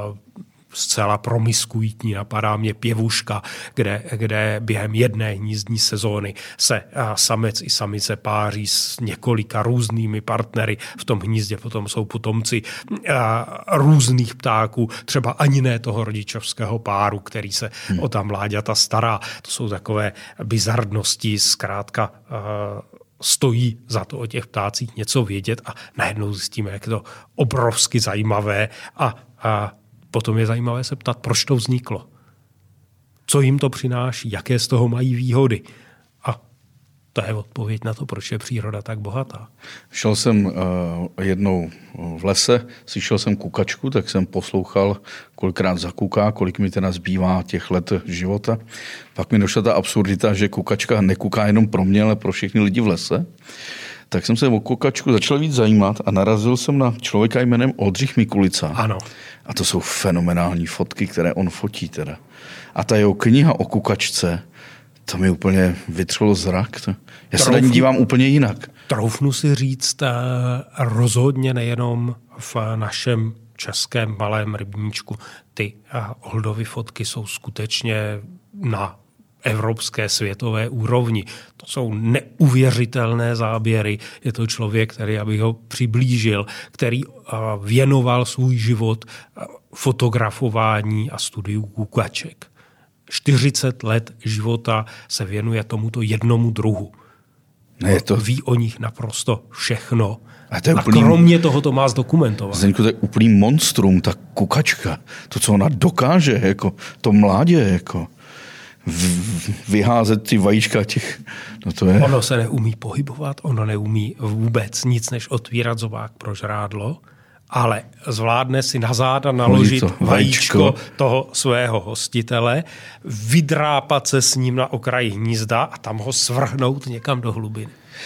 zcela promiskuitní. Napadá mě pěvuška, kde, kde během jedné hnízdní sezóny se samec i samice páří s několika různými partnery. V tom hnízdě potom jsou potomci různých ptáků, třeba ani ne toho rodičovského páru, který se hmm. o ta mláďata stará. To jsou takové bizardnosti, zkrátka stojí za to o těch ptácích něco vědět a najednou zjistíme, jak je to obrovsky zajímavé a, a potom je zajímavé se ptat, proč to vzniklo. Co jim to přináší, jaké z toho mají výhody. A to je odpověď na to, proč je příroda tak bohatá. Šel jsem uh, jednou v lese, slyšel jsem kukačku, tak jsem poslouchal, kolikrát zakuká, kolik mi teda zbývá těch let života. Pak mi došla ta absurdita, že kukačka nekuká jenom pro mě, ale pro všechny lidi v lese. Tak jsem se o kukačku začal víc zajímat a narazil jsem na člověka jménem Oldřich Mikulica. Ano. A to jsou fenomenální fotky, které on fotí teda. A ta jeho kniha o kukačce, to mi úplně vytřelo zrak. Já se na ní dívám úplně jinak. Troufnu si říct, rozhodně nejenom v našem českém malém rybníčku. Ty Oldovy fotky jsou skutečně na evropské světové úrovni. To jsou neuvěřitelné záběry. Je to člověk, který, abych ho přiblížil, který věnoval svůj život fotografování a studiu kukaček. čtyřicet let života se věnuje tomuto jednomu druhu. Ne, to... Ví o nich naprosto všechno. A, to je a úplný... kromě toho to má zdokumentovat. Zdeňku, to je úplný monstrum, ta kukačka. To, co ona dokáže, jako to mládě, jako vyházet ty vajíčka těch... No to je... Ono se neumí pohybovat, ono neumí vůbec nic, než otvírat zobák pro žrádlo, ale zvládne si na záda naložit to, vajíčko, vajíčko toho svého hostitele, vydrápat se s ním na okraji hnízda a tam ho svrhnout někam do hlubiny.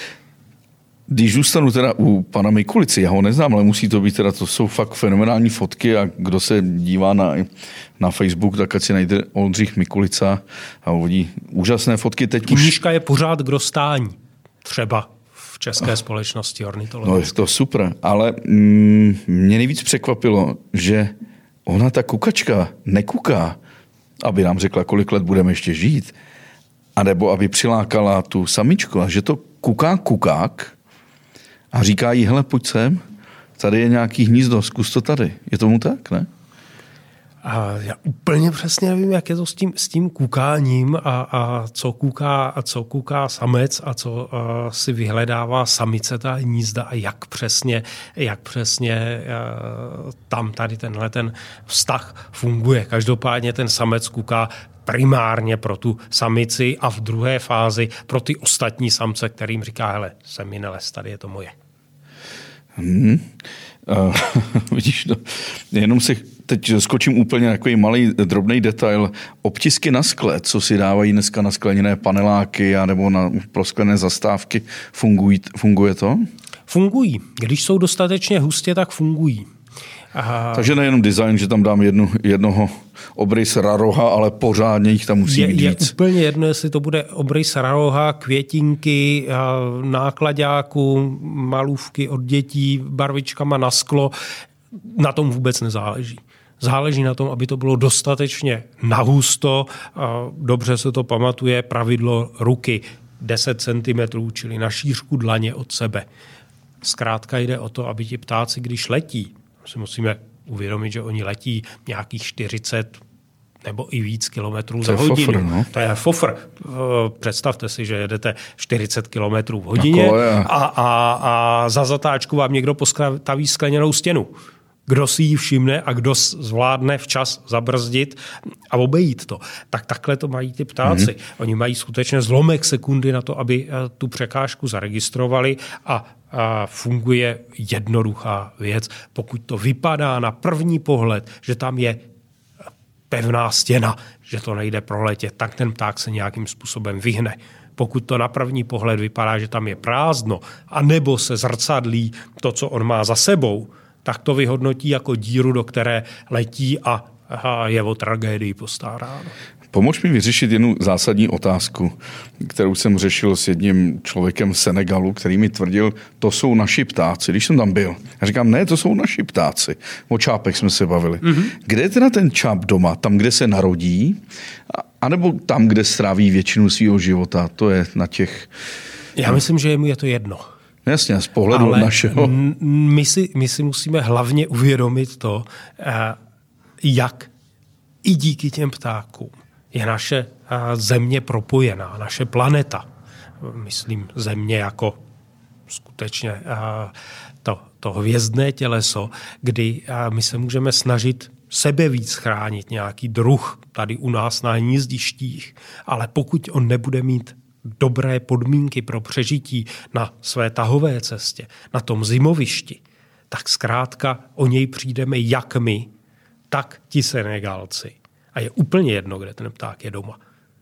Když zůstanu teda u pana Mikulici, já ho neznám, ale musí to být teda, to jsou fakt fenomenální fotky a kdo se dívá na, na Facebook, tak ať si najde Oldřich Mikulica a uvidí úžasné fotky. Teď knížka už... je pořád k dostání, třeba v české oh. společnosti ornitologické. No je to super, ale mm, mě nejvíc překvapilo, že ona ta kukačka nekuká, aby nám řekla, kolik let budeme ještě žít, anebo aby přilákala tu samičku a že to kuká kukák, a říká jí, hele, pojď sem, tady je nějaký hnízdo, zkus to tady. Je tomu tak, ne? A já úplně přesně nevím, jak je to s tím, s tím kukáním a, a co kouká, a co kouká samec a co a si vyhledává samice ta hnízda a jak přesně, jak přesně tam tady tenhle ten vztah funguje. Každopádně ten samec kouká primárně pro tu samici a v druhé fázi pro ty ostatní samce, kterým říká, hele, sem mi nelez, tady je to moje. Hmm. Uh, vidíš to. Jenom si teď skočím úplně na takový malý drobný detail. Obtisky na skle, co si dávají dneska na skleněné paneláky a nebo na prosklené zastávky, fungují, funguje to? Fungují. Když jsou dostatečně hustě, tak fungují. Aha. Takže nejenom design, že tam dám jednu, jednoho obrys raroha, ale pořádně jich tam musí je, být je víc. Je úplně jedno, jestli to bude obrys raroha, květinky, nákladáku, malůvky od dětí, barvičkama na sklo. Na tom vůbec nezáleží. Záleží na tom, aby to bylo dostatečně nahusto. Dobře se to pamatuje pravidlo ruky deset centimetrů, čili na šířku dlaně od sebe. Zkrátka jde o to, aby ti ptáci, když letí, si musíme uvědomit, že oni letí nějakých čtyřicet nebo i víc kilometrů za hodinu. Fofr, no? To je fofr. Představte si, že jedete čtyřicet kilometrů v hodině a, a, a za zatáčku vám někdo postaví skleněnou stěnu. Kdo si ji všimne a kdo zvládne včas zabrzdit a obejít to. Tak takhle to mají ty ptáci. Mm-hmm. Oni mají skutečně zlomek sekundy na to, aby tu překážku zaregistrovali a, a funguje jednoduchá věc. Pokud to vypadá na první pohled, že tam je pevná stěna, že to nejde proletět, tak ten pták se nějakým způsobem vyhne. Pokud to na první pohled vypadá, že tam je prázdno, anebo se zrcadlí to, co on má za sebou, tak to vyhodnotí jako díru, do které letí a, a je o tragédii postaráno. Pomož mi vyřešit jednu zásadní otázku, kterou jsem řešil s jedním člověkem v Senegalu, který mi tvrdil, to jsou naši ptáci. Když jsem tam byl, já říkám, ne, to jsou naši ptáci. O čápech jsme se bavili. Mm-hmm. Kde je teda ten čáp doma? Tam, kde se narodí? Anebo tam, kde stráví většinu svého života? To je na těch... Já myslím, že jemu je to jedno. Jasně, z pohledu ale našeho. My si, my si musíme hlavně uvědomit to, jak i díky těm ptákům je naše země propojená, naše planeta. Myslím země jako skutečně to, to hvězdné těleso, kdy my se můžeme snažit sebe víc chránit nějaký druh tady u nás na hnízdištích, ale pokud on nebude mít dobré podmínky pro přežití na své tahové cestě, na tom zimovišti, tak zkrátka o něj přijdeme jak my, tak ti Senegalci. A je úplně jedno, kde ten pták je doma.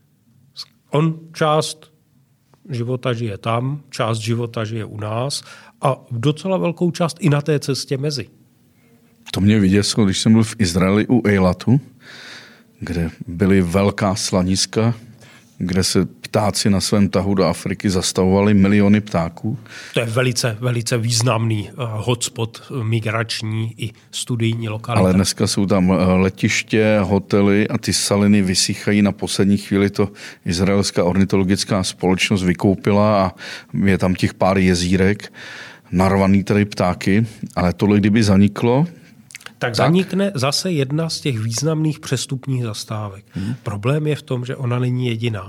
On část života žije tam, část života žije u nás a docela velkou část i na té cestě mezi. To mě vyděsilo, když jsem byl v Izraeli u Eilatu, kde byly velká slaniska, kde se ptáci na svém tahu do Afriky zastavovali miliony ptáků. To je velice, velice významný hotspot migrační i studijní lokalita. Ale dneska jsou tam letiště, hotely a ty saliny vysychají. Na poslední chvíli to izraelská ornitologická společnost vykoupila a je tam těch pár jezírek, narvaný tady ptáky, ale tohle kdyby zaniklo, tak, tak zanikne zase jedna z těch významných přestupních zastávek. Hmm. Problém je v tom, že ona není jediná.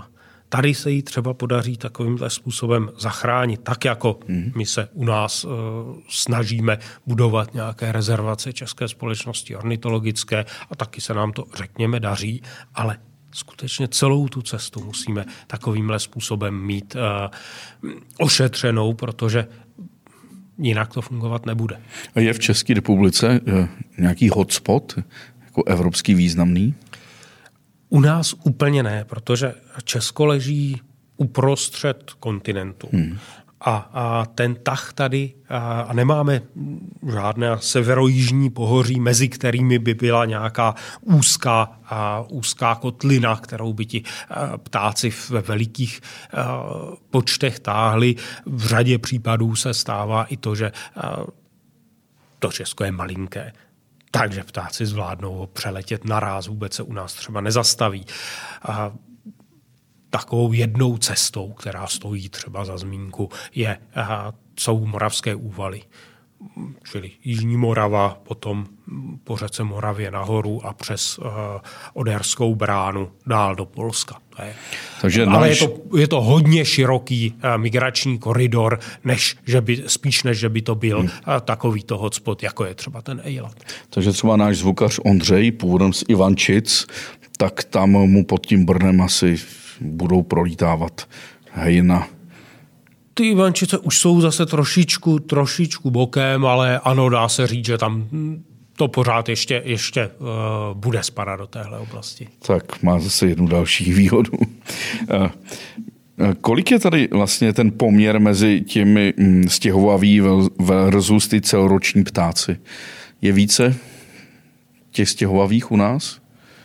Tady se jí třeba podaří takovýmhle způsobem zachránit, tak jako mm. my se u nás uh, snažíme budovat nějaké rezervace České společnosti ornitologické a taky se nám to, řekněme, daří, ale skutečně celou tu cestu musíme takovýmhle způsobem mít uh, ošetřenou, protože jinak to fungovat nebude. A je v České republice uh, nějaký hotspot, jako evropský významný? U nás úplně ne, protože Česko leží uprostřed kontinentu. Hmm. A, a ten tah tady, a, a nemáme žádné severojižní pohoří, mezi kterými by byla nějaká úzká, a, úzká kotlina, kterou by ti a, ptáci ve velikých a, počtech táhli. V řadě případů se stává i to, že a, to Česko je malinké. Takže ptáci zvládnou ho přeletět naráz, vůbec se u nás třeba nezastaví. A takovou jednou cestou, která stojí třeba za zmínku, je, jsou Moravské úvaly. Čili Jižní Morava, potom po řece Moravě nahoru a přes uh, Oderskou bránu dál do Polska. To je. Takže Ale náš... je, to, je to hodně široký uh, migrační koridor, než, že by, spíš než že by to byl hmm. uh, takovýto hotspot, jako je třeba ten Ejlat. Takže třeba náš zvukař Ondřej, původem z Ivančic, tak tam mu pod tím Brnem asi budou prolítávat hejna. Ty Ivančice už jsou zase trošičku, trošičku bokem, ale ano, dá se říct, že tam to pořád ještě, ještě uh, bude spadat do téhle oblasti. Tak má zase jednu další výhodu. Uh, kolik je tady vlastně ten poměr mezi těmi stěhovaví versus ty celoroční ptáci? Je více těch stěhovavých u nás?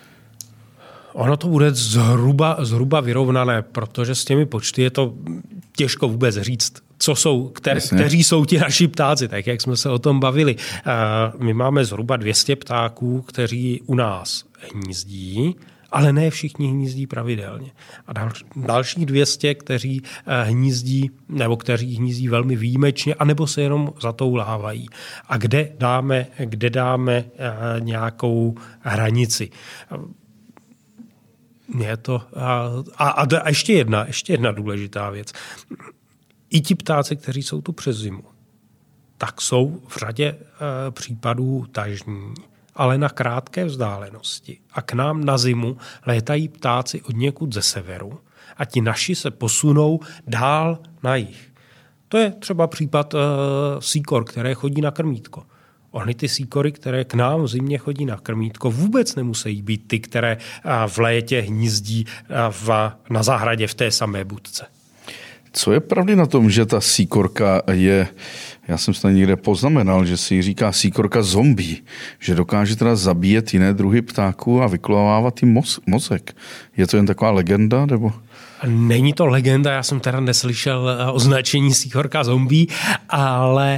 Ono to bude zhruba, zhruba vyrovnané, protože s těmi počty je to těžko vůbec říct, co jsou, kter, kteří jsou ti naši ptáci, tak jak jsme se o tom bavili. My máme zhruba dvě stě ptáků, kteří u nás hnízdí, ale ne všichni hnízdí pravidelně. A dal, dalších dvě stě, kteří hnízdí, nebo kteří hnízdí velmi výjimečně, anebo se jenom zatoulávají. A kde dáme, kde dáme nějakou hranici? Je to, a, a, a ještě jedna, ještě jedna důležitá věc. I ti ptáci, kteří jsou tu přes zimu, tak jsou v řadě e, případů tažní, ale na krátké vzdálenosti. A k nám na zimu létají ptáci od někud ze severu a ti naši se posunou dál na jih. To je třeba případ e, síkor, které chodí na krmítko. Ony ty síkory, které k nám v zimě chodí na krmítko, vůbec nemusí být ty, které v létě hnízdí v, na zahradě v té samé budce. Co je pravdy na tom, že ta síkorka je, já jsem se někde poznamenal, že si říká síkorka zombie, že dokáže teda zabíjet jiné druhy ptáků a vyklovávat jim mozek. Je to jen taková legenda, nebo... Není to legenda, já jsem teda neslyšel označení síkorka zombie, ale...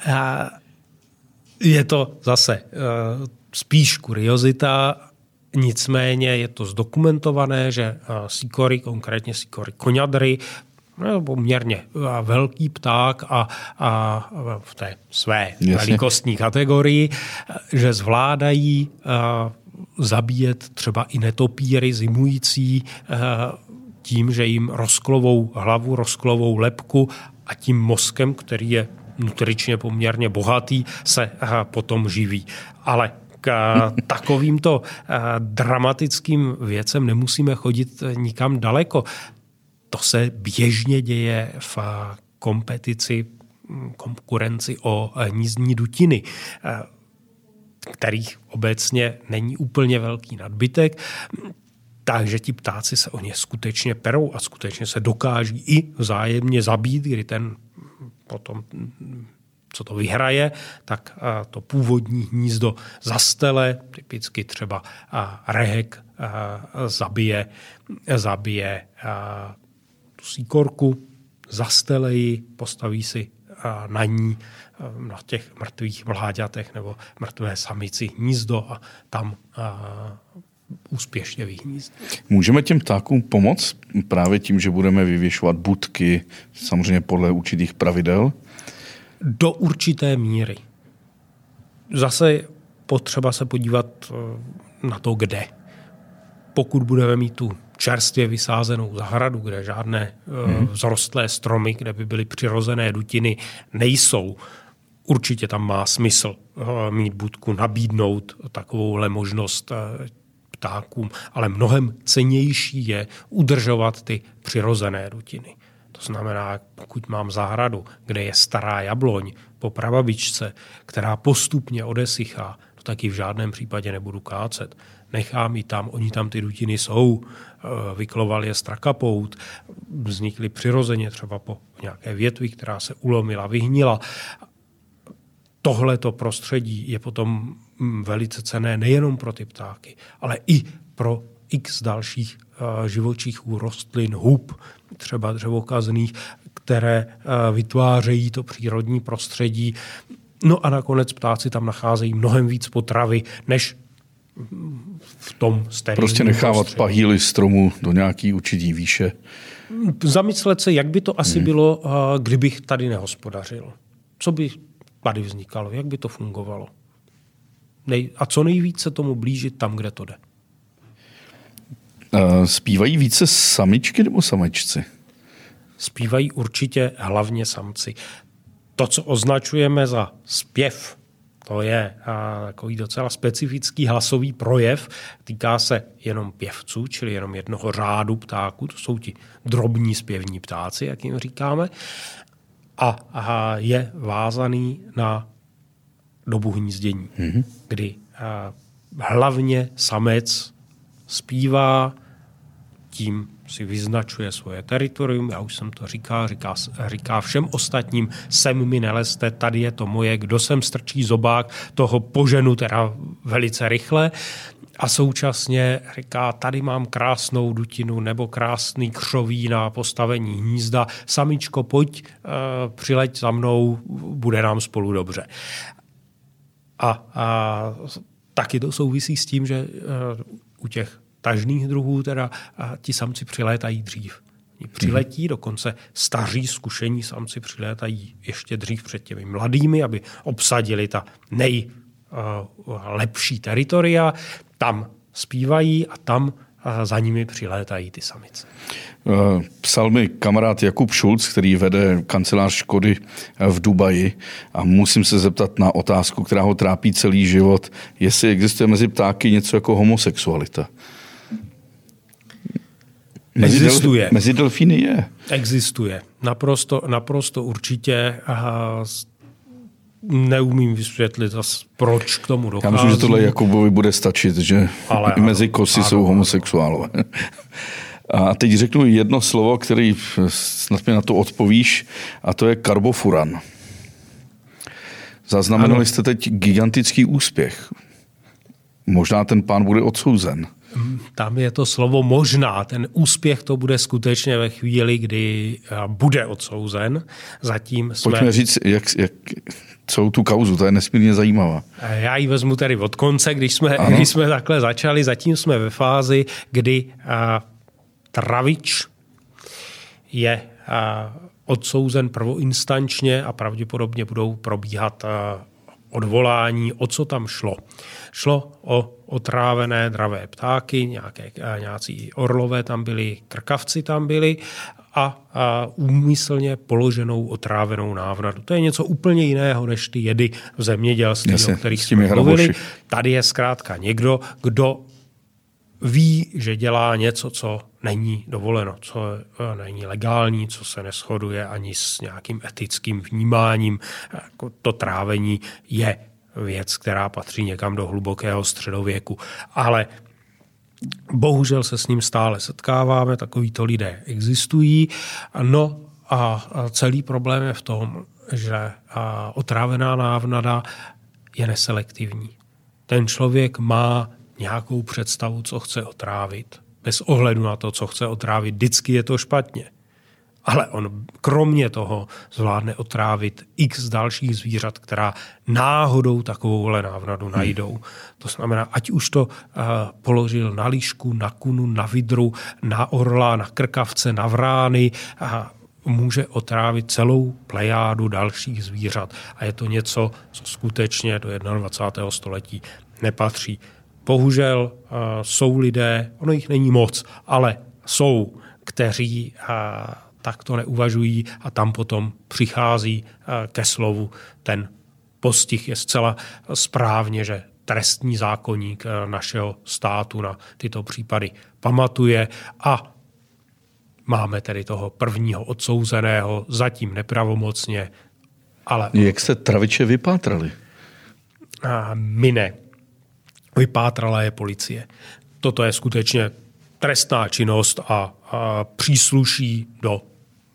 Je to zase uh, spíš kuriozita, nicméně je to zdokumentované, že uh, síkory, konkrétně síkory koňadry, no, poměrně uh, velký pták a, a v té své Jasně. velikostní kategorii, uh, že zvládají uh, zabíjet třeba i netopíry zimující uh, tím, že jim rozklovou hlavu, rozklovou lebku a tím mozkem, který je nutričně poměrně bohatý, se potom živí. Ale k takovýmto dramatickým věcem nemusíme chodit nikam daleko. To se běžně děje v kompetici, konkurenci o hnízdní dutiny, kterých obecně není úplně velký nadbytek. Takže ti ptáci se o ně skutečně perou a skutečně se dokáží i vzájemně zabít, kdy ten potom, co to vyhraje, tak to původní hnízdo zastele, typicky třeba rehek zabije, zabije tu síkorku, zastele ji, postaví si na ní, na těch mrtvých mláďatech nebo mrtvé samici hnízdo a tam úspěšně vyhnízdí. Můžeme těm ptákům pomoct právě tím, že budeme vyvěšovat budky, samozřejmě podle určitých pravidel? Do určité míry. Zase potřeba se podívat na to, kde. Pokud budeme mít tu čerstvě vysázenou zahradu, kde žádné hmm. vzrostlé stromy, kde by byly přirozené dutiny, nejsou. Určitě tam má smysl mít budku, nabídnout takovouhle možnost ptákům, ale mnohem cennější je udržovat ty přirozené dutiny. To znamená, pokud mám zahradu, kde je stará jabloň po prababičce, která postupně odesychá, to taky v žádném případě nebudu kácet. Nechám ji tam, oni tam ty dutiny jsou, vykloval je strakapout, vznikly přirozeně třeba po nějaké větvi, která se ulomila, vyhnila. Tohleto prostředí je potom velice cenné nejenom pro ty ptáky, ale i pro x dalších živočichů, rostlin, hub, třeba dřevokazných, které vytvářejí to přírodní prostředí. No a nakonec ptáci tam nacházejí mnohem víc potravy, než v tom sterilním Prostě nechávat prostředí. pahýly stromu do nějaký určitý výše. Zamyslet se, jak by to asi hmm. bylo, kdybych tady nehospodařil. Co by tady vznikalo, jak by to fungovalo. Nej- a co nejvíce tomu blížit tam, kde to jde. Uh, zpívají více samičky nebo samečci? Zpívají určitě hlavně samci. To, co označujeme za zpěv, to je a, takový docela specifický hlasový projev. Týká se jenom pěvců, čili jenom jednoho řádu ptáků. To jsou ti drobní zpěvní ptáci, jak jim říkáme. A, a je vázaný na dobu hnízdění, mm-hmm. kdy a, hlavně samec zpívá, tím si vyznačuje svoje teritorium, já už jsem to říkal, říká, říká všem ostatním, sem mi nelezte, tady je to moje, kdo sem strčí zobák, toho poženu teda velice rychle a současně říká, tady mám krásnou dutinu nebo krásný křoví na postavení hnízda, samičko, pojď, přileď za mnou, bude nám spolu dobře. A, a taky to souvisí s tím, že u těch tažných druhů teda a ti samci přilétají dřív. Přiletí, dokonce staří zkušení samci přilétají ještě dřív před těmi mladými, aby obsadili ta nejlepší teritoria. Tam zpívají a tam za nimi přilétají ty samice. Psal mi kamarád Jakub Šulc, který vede kancelář Škody v Dubaji a musím se zeptat na otázku, která ho trápí celý život, jestli existuje mezi ptáky něco jako homosexualita. Mezi Existuje. Delf, mezi delfíny je. Existuje. Naprosto, naprosto určitě. Aha, neumím vysvětlit, proč k tomu dochází. Já myslím, že tohle Jakubovi bude stačit, že ale, i mezi kosy ano, jsou ano, homosexuálové. A teď řeknu jedno slovo, který snad mi na to odpovíš, a to je karbofuran. Zaznamenali ano. jste teď gigantický úspěch. Možná ten pán bude odsouzen. Tam je to slovo možná. Ten úspěch to bude skutečně ve chvíli, kdy bude odsouzen. Zatím jsme... Pojďme říct, jak, jak celou tu kauzu, to je nesmírně zajímavá. Já ji vezmu tedy od konce, když jsme, když jsme takhle začali. Zatím jsme ve fázi, kdy a, Travič je a, odsouzen prvoinstančně a pravděpodobně budou probíhat a, odvolání, o co tam šlo. Šlo o otrávené dravé ptáky, nějaké, nějací orlové tam byli, krkavci tam byli a, a úmyslně položenou otrávenou návnadu. To je něco úplně jiného, než ty jedy v zemědělství, Jasně, o kterých jsme mluvili. Tady je zkrátka někdo, kdo ví, že dělá něco, co není dovoleno, co není legální, co se neshoduje ani s nějakým etickým vnímáním. To trávení je věc, která patří někam do hlubokého středověku. Ale bohužel se s ním stále setkáváme, takovýto lidé existují. No a celý problém je v tom, že otrávená návnada je neselektivní. Ten člověk má nějakou představu, co chce otrávit. Bez ohledu na to, co chce otrávit, vždycky je to špatně. Ale on kromě toho zvládne otrávit x dalších zvířat, která náhodou takovouhle návnadu najdou. Hmm. To znamená, ať už to uh, položil na lišku, na kunu, na vidru, na orla, na krkavce, na vrány, a může otrávit celou plejádu dalších zvířat. A je to něco, co skutečně do dvacátého prvního století nepatří. Bohužel uh, jsou lidé, ono jich není moc, ale jsou, kteří takto neuvažují a tam potom přichází ke slovu ten postih. Je zcela správně, že trestní zákoník našeho státu na tyto případy pamatuje a máme tedy toho prvního odsouzeného, zatím nepravomocně, ale... Jak se Traviče vypátrali? My ne. Vypátrala je policie. Toto je skutečně trestná činnost a, a přísluší do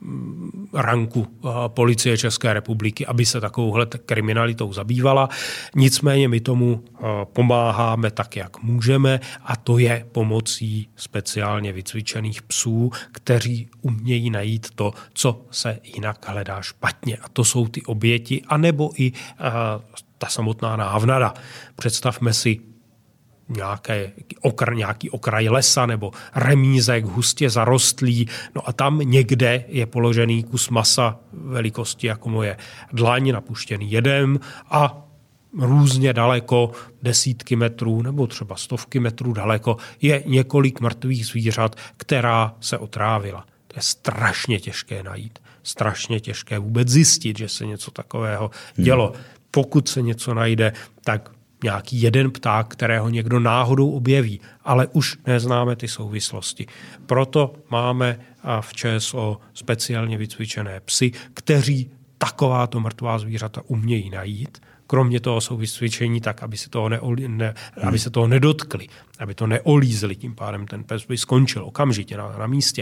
ranku policie České republiky, aby se takovouhle kriminalitou zabývala. Nicméně my tomu pomáháme tak, jak můžeme, a to je pomocí speciálně vycvičených psů, kteří umějí najít to, co se jinak hledá špatně. A to jsou ty oběti, anebo i ta samotná návnada. Představme si Nějaké okr, nějaký okraj lesa nebo remízek hustě zarostlý. No a tam někde je položený kus masa velikosti jako moje dlaň, napuštěný jedem a různě daleko, desítky metrů nebo třeba stovky metrů daleko, je několik mrtvých zvířat, která se otrávila. To je strašně těžké najít. Strašně těžké vůbec zjistit, že se něco takového dělo. Pokud se něco najde, tak nějaký jeden pták, kterého někdo náhodou objeví, ale už neznáme ty souvislosti. Proto máme v ČSO speciálně vycvičené psy, kteří takováto mrtvá zvířata umějí najít. Kromě toho jsou vycvičení tak, aby se toho, neoli, ne, aby se toho nedotkli, aby to neolízli, tím pádem ten pes by skončil okamžitě na, na místě.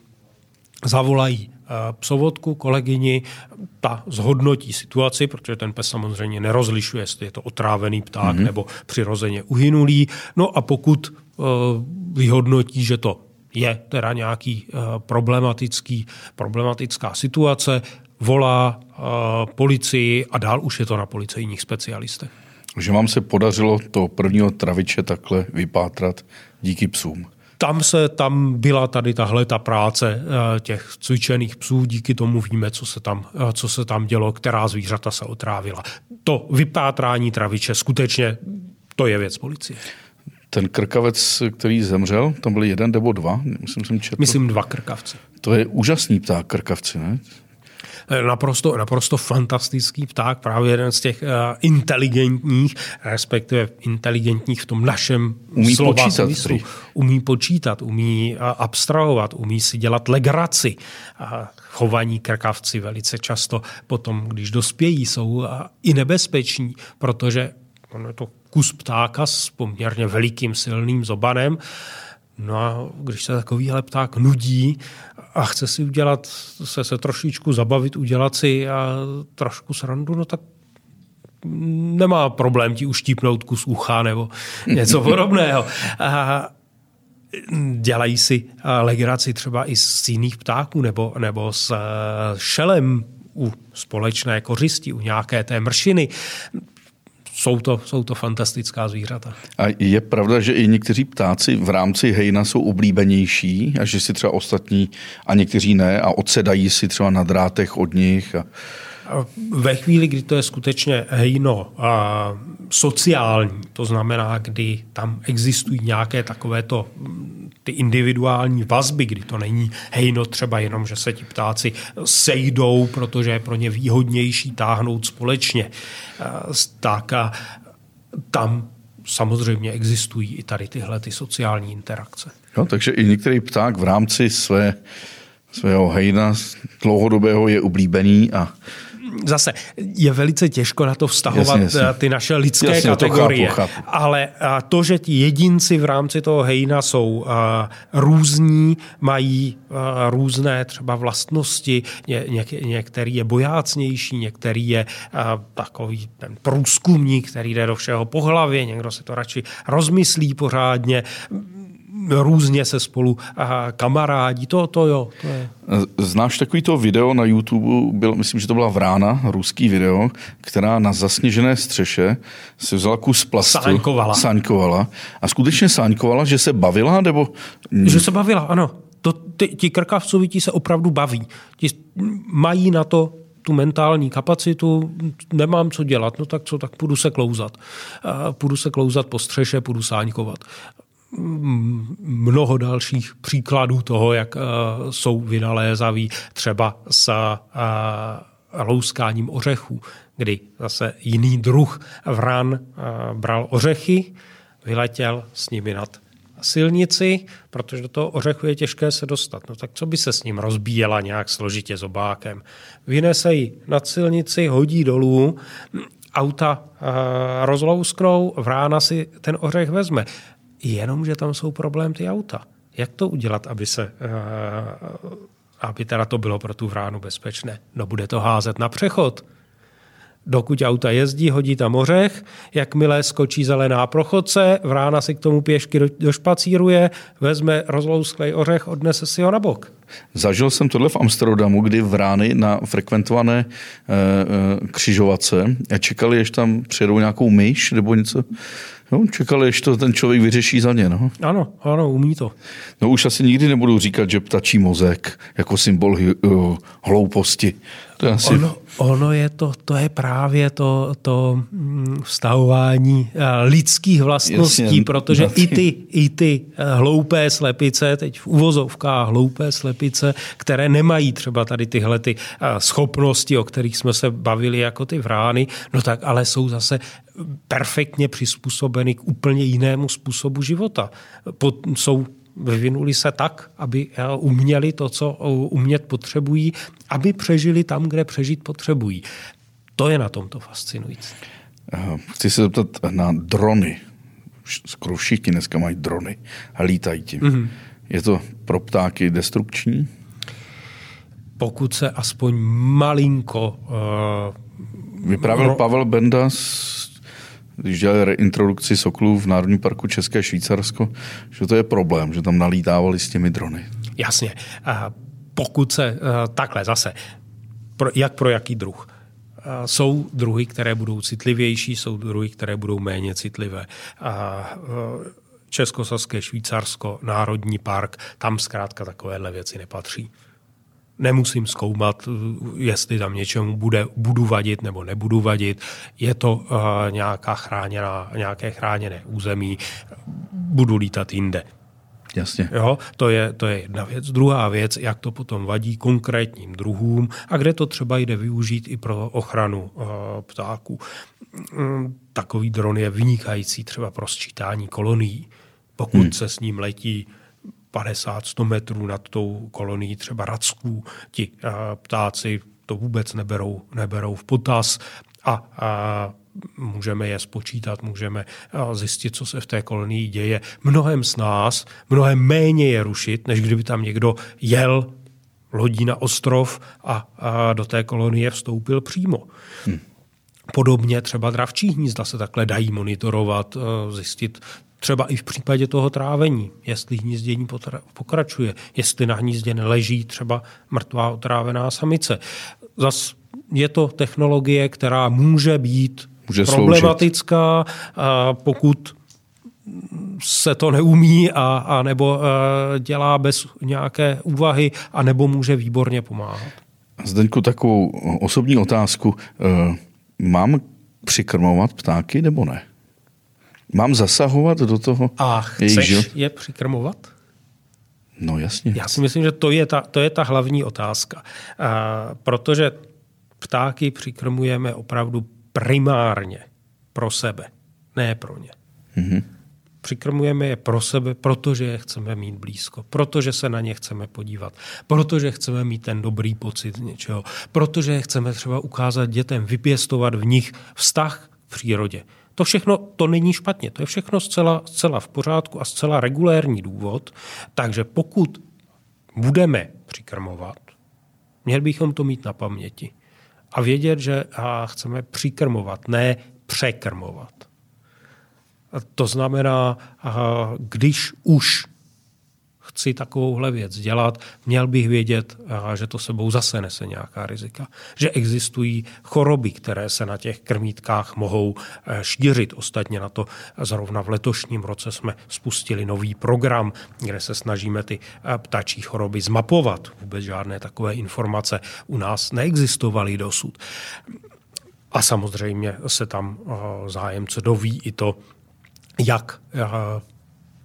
Zavolají psovodku, kolegyni, ta zhodnotí situaci, protože ten pes samozřejmě nerozlišuje, jestli je to otrávený pták mm-hmm. nebo přirozeně uhynulý. No a pokud uh, vyhodnotí, že to je teda nějaký uh, problematický, problematická situace, volá uh, policii a dál už je to na policejních specialistech. Že vám se podařilo to prvního Traviče takhle vypátrat díky psům. Tam se tam byla tady tahle ta práce těch cvičených psů, díky tomu víme, co se tam, co se tam dělo, která zvířata se otrávila. To vypátrání Traviče skutečně to je věc policie. Ten krkavec, který zemřel, tam byli jeden nebo dva? Myslím, jsem četl. Myslím dva krkavci. To je úžasný pták, krkavci, ne? Naprosto, naprosto fantastický pták, právě jeden z těch uh, inteligentních, respektive inteligentních v tom našem umí slova počítat, smyslu. Umí počítat, umí uh, abstrahovat, umí si dělat legraci. Uh, chovaní krkavci velice často potom, když dospějí, jsou uh, i nebezpeční, protože on je to kus ptáka s poměrně velikým silným zobanem. No a když se takovýhle pták nudí a chce si udělat, se, se trošičku zabavit, udělat si a trošku srandu, no tak nemá problém ti uštípnout kus ucha nebo něco podobného. A dělají si legraci třeba i z jiných ptáků nebo, nebo s šelem u společné kořisti, u nějaké té mršiny. Jsou to, jsou to fantastická zvířata. A je pravda, že i někteří ptáci v rámci hejna jsou oblíbenější a že si třeba ostatní a někteří ne a odsedají si třeba na drátech od nich? A... Ve chvíli, kdy to je skutečně hejno a sociální, to znamená, kdy tam existují nějaké takovéto ty individuální vazby, kdy to není hejno třeba jenom, že se ti ptáci sejdou, protože je pro ně výhodnější táhnout společně. Tak a tam samozřejmě existují i tady tyhle ty sociální interakce. Jo, takže i některý pták v rámci své, svého hejna dlouhodobého je oblíbený a zase je velice těžko na to vztahovat jasně, jasně. ty naše lidské jasně, kategorie. To chápu, chápu. Ale to, že ti jedinci v rámci toho hejna jsou různí, mají různé třeba vlastnosti, Ně, některý je bojácnější, některý je takový ten průzkumník, který jde do všeho po hlavě, někdo si to radši rozmyslí pořádně, různě se spolu kamarádí, to, to jo. To je. Znáš takovýto video na YouTube, byl, myslím, že to byla Vrána, ruský video, která na zasněžené střeše si vzala kus plastu. Sáňkovala. Sáňkovala. A skutečně sáňkovala, že se bavila, nebo... Že se bavila, ano. To, ty, ti krkavcovití se opravdu baví. Ti mají na to tu mentální kapacitu, nemám co dělat, no tak co, tak půjdu se klouzat. Půjdu se klouzat po střeše, půjdu sáňkovat. mnoho dalších příkladů toho, jak jsou vynalézaví třeba s louskáním ořechů, kdy zase jiný druh vran bral ořechy, vyletěl s nimi nad silnici, protože do toho ořechu je těžké se dostat. No tak co by se s ním rozbíjela nějak složitě zobákem? Vynese ji nad silnici, hodí dolů, auta rozlousknou, vrána si ten ořech vezme. Jenomže tam jsou problém ty auta. Jak to udělat, aby se, aby teda to bylo pro tu vránu bezpečné? No bude to házet na přechod. Dokud auta jezdí, hodí tam ořech, jakmile skočí zelená prochodce, vrána si k tomu pěšky došpacíruje, vezme rozlousklej ořech, odnese si ho na bok. Zažil jsem tohle v Amsterdamu, kdy vrány na frekventované e, křižovatce a čekali, až tam přijedou nějakou myš nebo něco. Jo, čekali, až to ten člověk vyřeší za ně. No. Ano, ano, umí to. No už asi nikdy nebudu říkat, že ptačí mozek jako symbol uh, hlouposti. To je asi... ono, ono je to, to je právě to, to vztahování lidských vlastností, Jasně, protože ty... i ty, i ty hloupé slepice, teď v uvozovkách hloupé slepice, které nemají třeba tady tyhle ty schopnosti, o kterých jsme se bavili jako ty vrány, no tak ale jsou zase perfektně přizpůsobeny k úplně jinému způsobu života. Pod, jsou vyvinuli se tak, aby uměli to, co umět potřebují, aby přežili tam, kde přežít potřebují. To je na tomto fascinující. Chci se zeptat na drony. Skoro všichni dneska mají drony a lítají tím. Mm-hmm. Je to pro ptáky destrukční? Pokud se aspoň malinko... Uh, Vyprávěl ro... Pavel Benda, když dělali reintrodukci sokolů v Národním parku České Švýcarsko, že to je problém, že tam nalítávali s těmi drony. Jasně. Pokud se takhle zase, jak pro jaký druh? Jsou druhy, které budou citlivější, jsou druhy, které budou méně citlivé. Českosaské Švýcarsko, Národní park, tam zkrátka takovéhle věci nepatří. Nemusím zkoumat, jestli tam něčemu bude, budu vadit nebo nebudu vadit. Je to uh, nějaká chráněná, nějaké chráněné území. Budu lítat jinde. Jasně. Jo, to je, to je jedna věc. Druhá věc, jak to potom vadí konkrétním druhům a kde to třeba jde využít i pro ochranu uh, ptáků. Um, takový dron je vynikající třeba pro sčítání kolonií. Pokud hmm. se s ním letí padesát sto metrů nad tou kolonií třeba racků, ti ptáci to vůbec neberou, neberou v potaz a, a můžeme je spočítat, můžeme zjistit, co se v té kolonii děje. Mnohem s nás, mnohem méně je rušit, než kdyby tam někdo jel lodí na ostrov a, a do té kolonie vstoupil přímo. Hmm. Podobně třeba dravčí hnízda se takhle dají monitorovat, zjistit třeba i v případě toho trávení, jestli hnízdění pokračuje, jestli na hnízdě neleží třeba mrtvá otrávená samice. Zas je to technologie, která může být může problematická, pokud se to neumí a, a nebo dělá bez nějaké úvahy, a nebo může výborně pomáhat. Zdeňku, takovou osobní otázku. Mám přikrmovat ptáky nebo ne? Mám zasahovat do toho? A chceš život? Je přikrmovat? No jasně. Já si myslím, že to je ta, to je ta hlavní otázka. A, protože ptáky přikrmujeme opravdu primárně pro sebe, ne pro ně. Mm-hmm. Přikrmujeme je pro sebe, protože je chceme mít blízko, protože se na ně chceme podívat, protože chceme mít ten dobrý pocit z něčeho, protože chceme třeba ukázat dětem, vypěstovat v nich vztah k přírodě. To všechno, to není špatně, to je všechno zcela, zcela v pořádku a zcela regulérní důvod, takže pokud budeme přikrmovat, měli bychom to mít na paměti a vědět, že chceme přikrmovat, ne překrmovat. To znamená, když už chci takovouhle věc dělat, měl bych vědět, že to sebou zase nese nějaká rizika. Že existují choroby, které se na těch krmítkách mohou šířit. Ostatně na to zrovna v letošním roce jsme spustili nový program, kde se snažíme ty ptačí choroby zmapovat. Vůbec žádné takové informace u nás neexistovaly dosud. A samozřejmě se tam zájemce doví i to, jak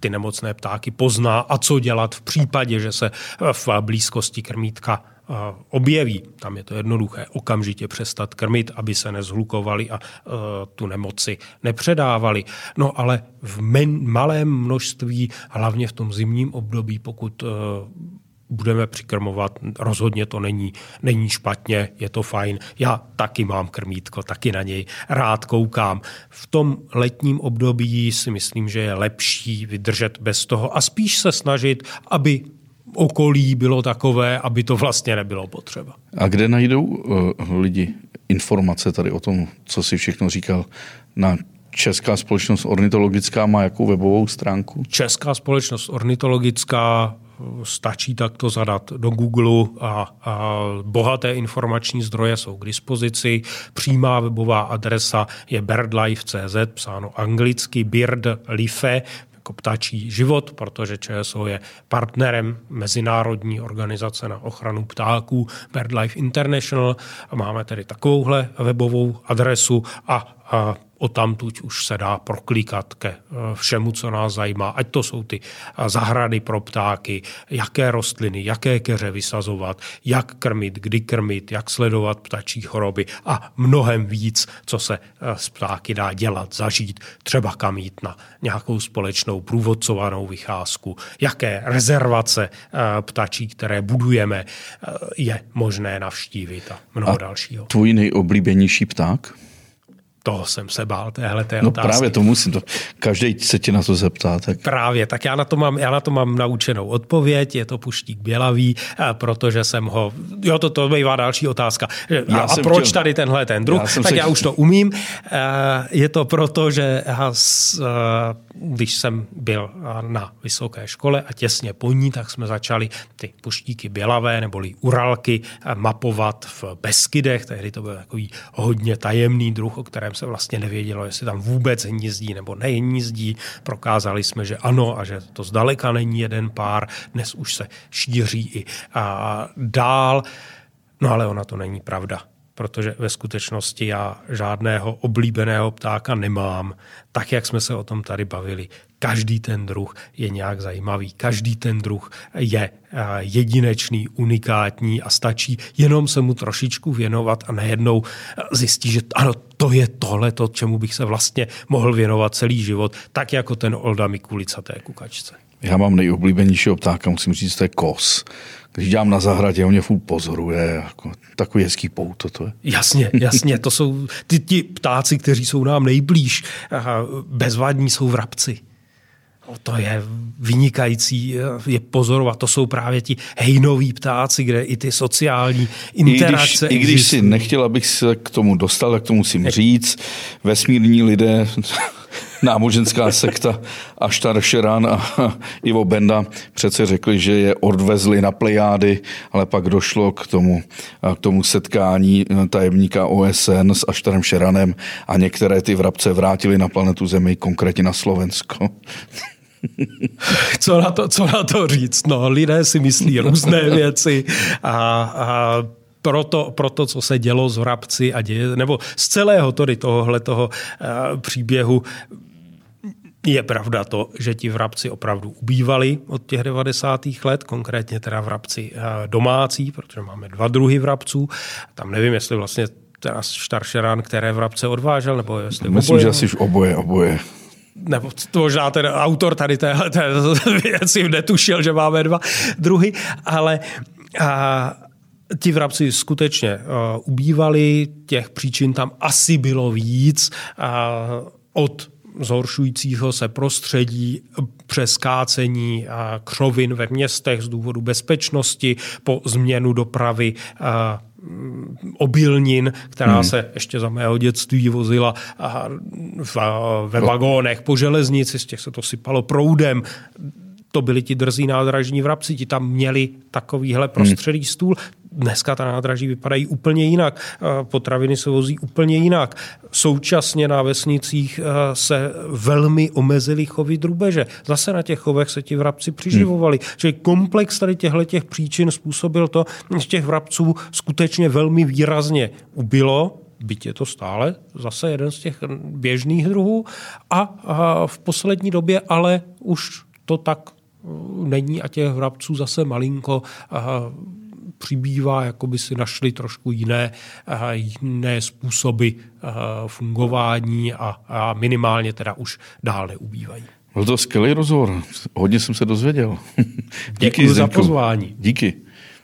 ty nemocné ptáky pozná a co dělat v případě, že se v blízkosti krmítka objeví. Tam je to jednoduché. Okamžitě přestat krmit, aby se nezhlukovali a uh, tu nemoci nepředávali. No ale v men, malém množství, hlavně v tom zimním období, pokud uh, budeme přikrmovat, rozhodně to není, není špatně, je to fajn. Já taky mám krmítko, taky na něj rád koukám. V tom letním období si myslím, že je lepší vydržet bez toho a spíš se snažit, aby okolí bylo takové, aby to vlastně nebylo potřeba. A kde najdou uh, lidi informace tady o tom, co si všechno říkal? Na Česká společnost ornitologická má jakou webovou stránku? Česká společnost ornitologická stačí takto zadat do Google a, a bohaté informační zdroje jsou k dispozici. Přímá webová adresa je birdlife tečka cé zet, psáno anglicky birdlife, jako ptáčí život, protože ČSO je partnerem Mezinárodní organizace na ochranu ptáků BirdLife International. A máme tedy takovouhle webovou adresu a, a odtamtud už se dá proklikat ke všemu, co nás zajímá. Ať to jsou ty zahrady pro ptáky, jaké rostliny, jaké keře vysazovat, jak krmit, kdy krmit, jak sledovat ptačí choroby a mnohem víc, co se s ptáky dá dělat, zažít, třeba kam jít na nějakou společnou průvodcovanou vycházku, jaké rezervace ptačí, které budujeme, je možné navštívit a mnoho a dalšího. Tvůj nejoblíbenější pták? Toho jsem se bál, téhle té no otázky. Právě to musím, to, každý se tě na to zeptá. Tak. Právě, tak já na to mám, já na to mám naučenou odpověď, je to puštík bělavý, protože jsem ho, jo, to, to bývá další otázka. A, a proč chtěl, tady tenhle ten druh? Já tak se... já už to umím. Je to proto, že já, když jsem byl na vysoké škole a těsně po ní, tak jsme začali ty puštíky bělavé, neboli uralky, mapovat v Beskydech, tehdy to byl takový hodně tajemný druh, o kterém se vlastně nevědělo, jestli tam vůbec hnízdí nebo nehnízdí. Prokázali jsme, že ano a že to zdaleka není jeden pár. Dnes už se šíří i a dál. No ale ona to není pravda, protože ve skutečnosti já žádného oblíbeného ptáka nemám. Tak, jak jsme se o tom tady bavili. Každý ten druh je nějak zajímavý. Každý ten druh je jedinečný, unikátní a stačí jenom se mu trošičku věnovat a najednou zjistí, že ano, to je tohleto, čemu bych se vlastně mohl věnovat celý život, tak jako ten Olda Mikulica té kukačce. Já mám nejoblíbenějšího ptáka, musím říct, to je kos. Když dělám na zahradě, on mě furt pozoruje, jako takový hezký pouto to je. Jasně, jasně, to jsou ty, ti ptáci, kteří jsou nám nejblíž. Bezvadní jsou vrabci. To je vynikající, je pozorovat. To jsou právě ti hejnoví ptáci, kde i ty sociální interakce. I když, i když si nechtěl, abych se k tomu dostal, tak to musím říct. Vesmírní lidé, náboženská sekta Ashtar Sheran a Ivo Benda přece řekli, že je odvezli na Plejády, ale pak došlo k tomu, k tomu setkání tajemníka O S N s Ashtarem Sheranem a některé ty vrabce vrátili na planetu Zemi, konkrétně na Slovensko. Co na to, co na to říct? No, lidé si myslí různé věci a, a proto, proto, co se dělo s vrabci a děje, nebo z celého tady tohohletoho příběhu je pravda to, že ti vrabci opravdu ubývali od těch devadesátých let, konkrétně teda vrabci domácí, protože máme dva druhy vrabců. Tam nevím, jestli vlastně teda Ashtar Sheran, které vrabce odvážel, nebo jestli Myslím, oboje. že asi oboje, oboje. Nebo to možná ten autor tady téhle věci netušil, že máme dva druhy, ale a, ti vrabci skutečně a, ubývali, těch příčin tam asi bylo víc a, od zhoršujícího se prostředí, přes kácení a křovin ve městech z důvodu bezpečnosti, po změnu dopravy a, obilnin, která hmm. se ještě za mého dětství vozila v, ve vagónech po železnici, z těch se to sypalo proudem. To byli ti drzí nádražní vrabci, ti tam měli takovýhle prostředí hmm. stůl. Dneska ta nádraží vypadají úplně jinak, potraviny se vozí úplně jinak. Současně na vesnicích se velmi omezily chovy drůbeže. Zase na těch chovech se ti vrabci přiživovali. Hmm. Čili komplex tady těchto příčin způsobil to, že těch vrabců skutečně velmi výrazně ubylo, byť je to stále zase jeden z těch běžných druhů a, a v poslední době ale už to tak není a těch vrabců zase malinko přibývá, jako by si našli trošku jiné, jiné způsoby fungování a, a minimálně teda už dál neubývají. Byl to skvělý rozhovor. Hodně jsem se dozvěděl. Díky, děkuji za pozvání. Díky.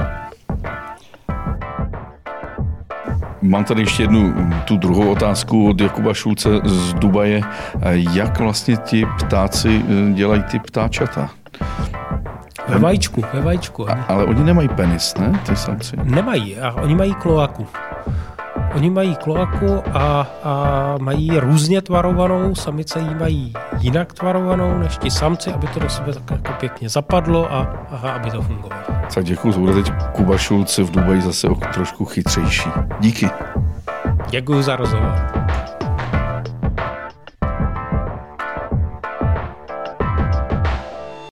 Mám tady ještě jednu, tu druhou otázku od Jakuba Šulce z Dubaje. Jak vlastně ti ptáci dělají ty ptáčata? Ve vajíčku, ve vajíčku. A, ale oni nemají penis, ne, ty samci? Nemají, a oni mají kloaku. Oni mají kloaku a, a mají různě tvarovanou, samice jí mají jinak tvarovanou než ti samci, aby to do sebe tak jako pěkně zapadlo a, a aby to fungovalo. Tak děkuju, to bude teď Kuba Šulce v Dubaji zase trošku chytřejší. Díky. Děkuju za rozhovor.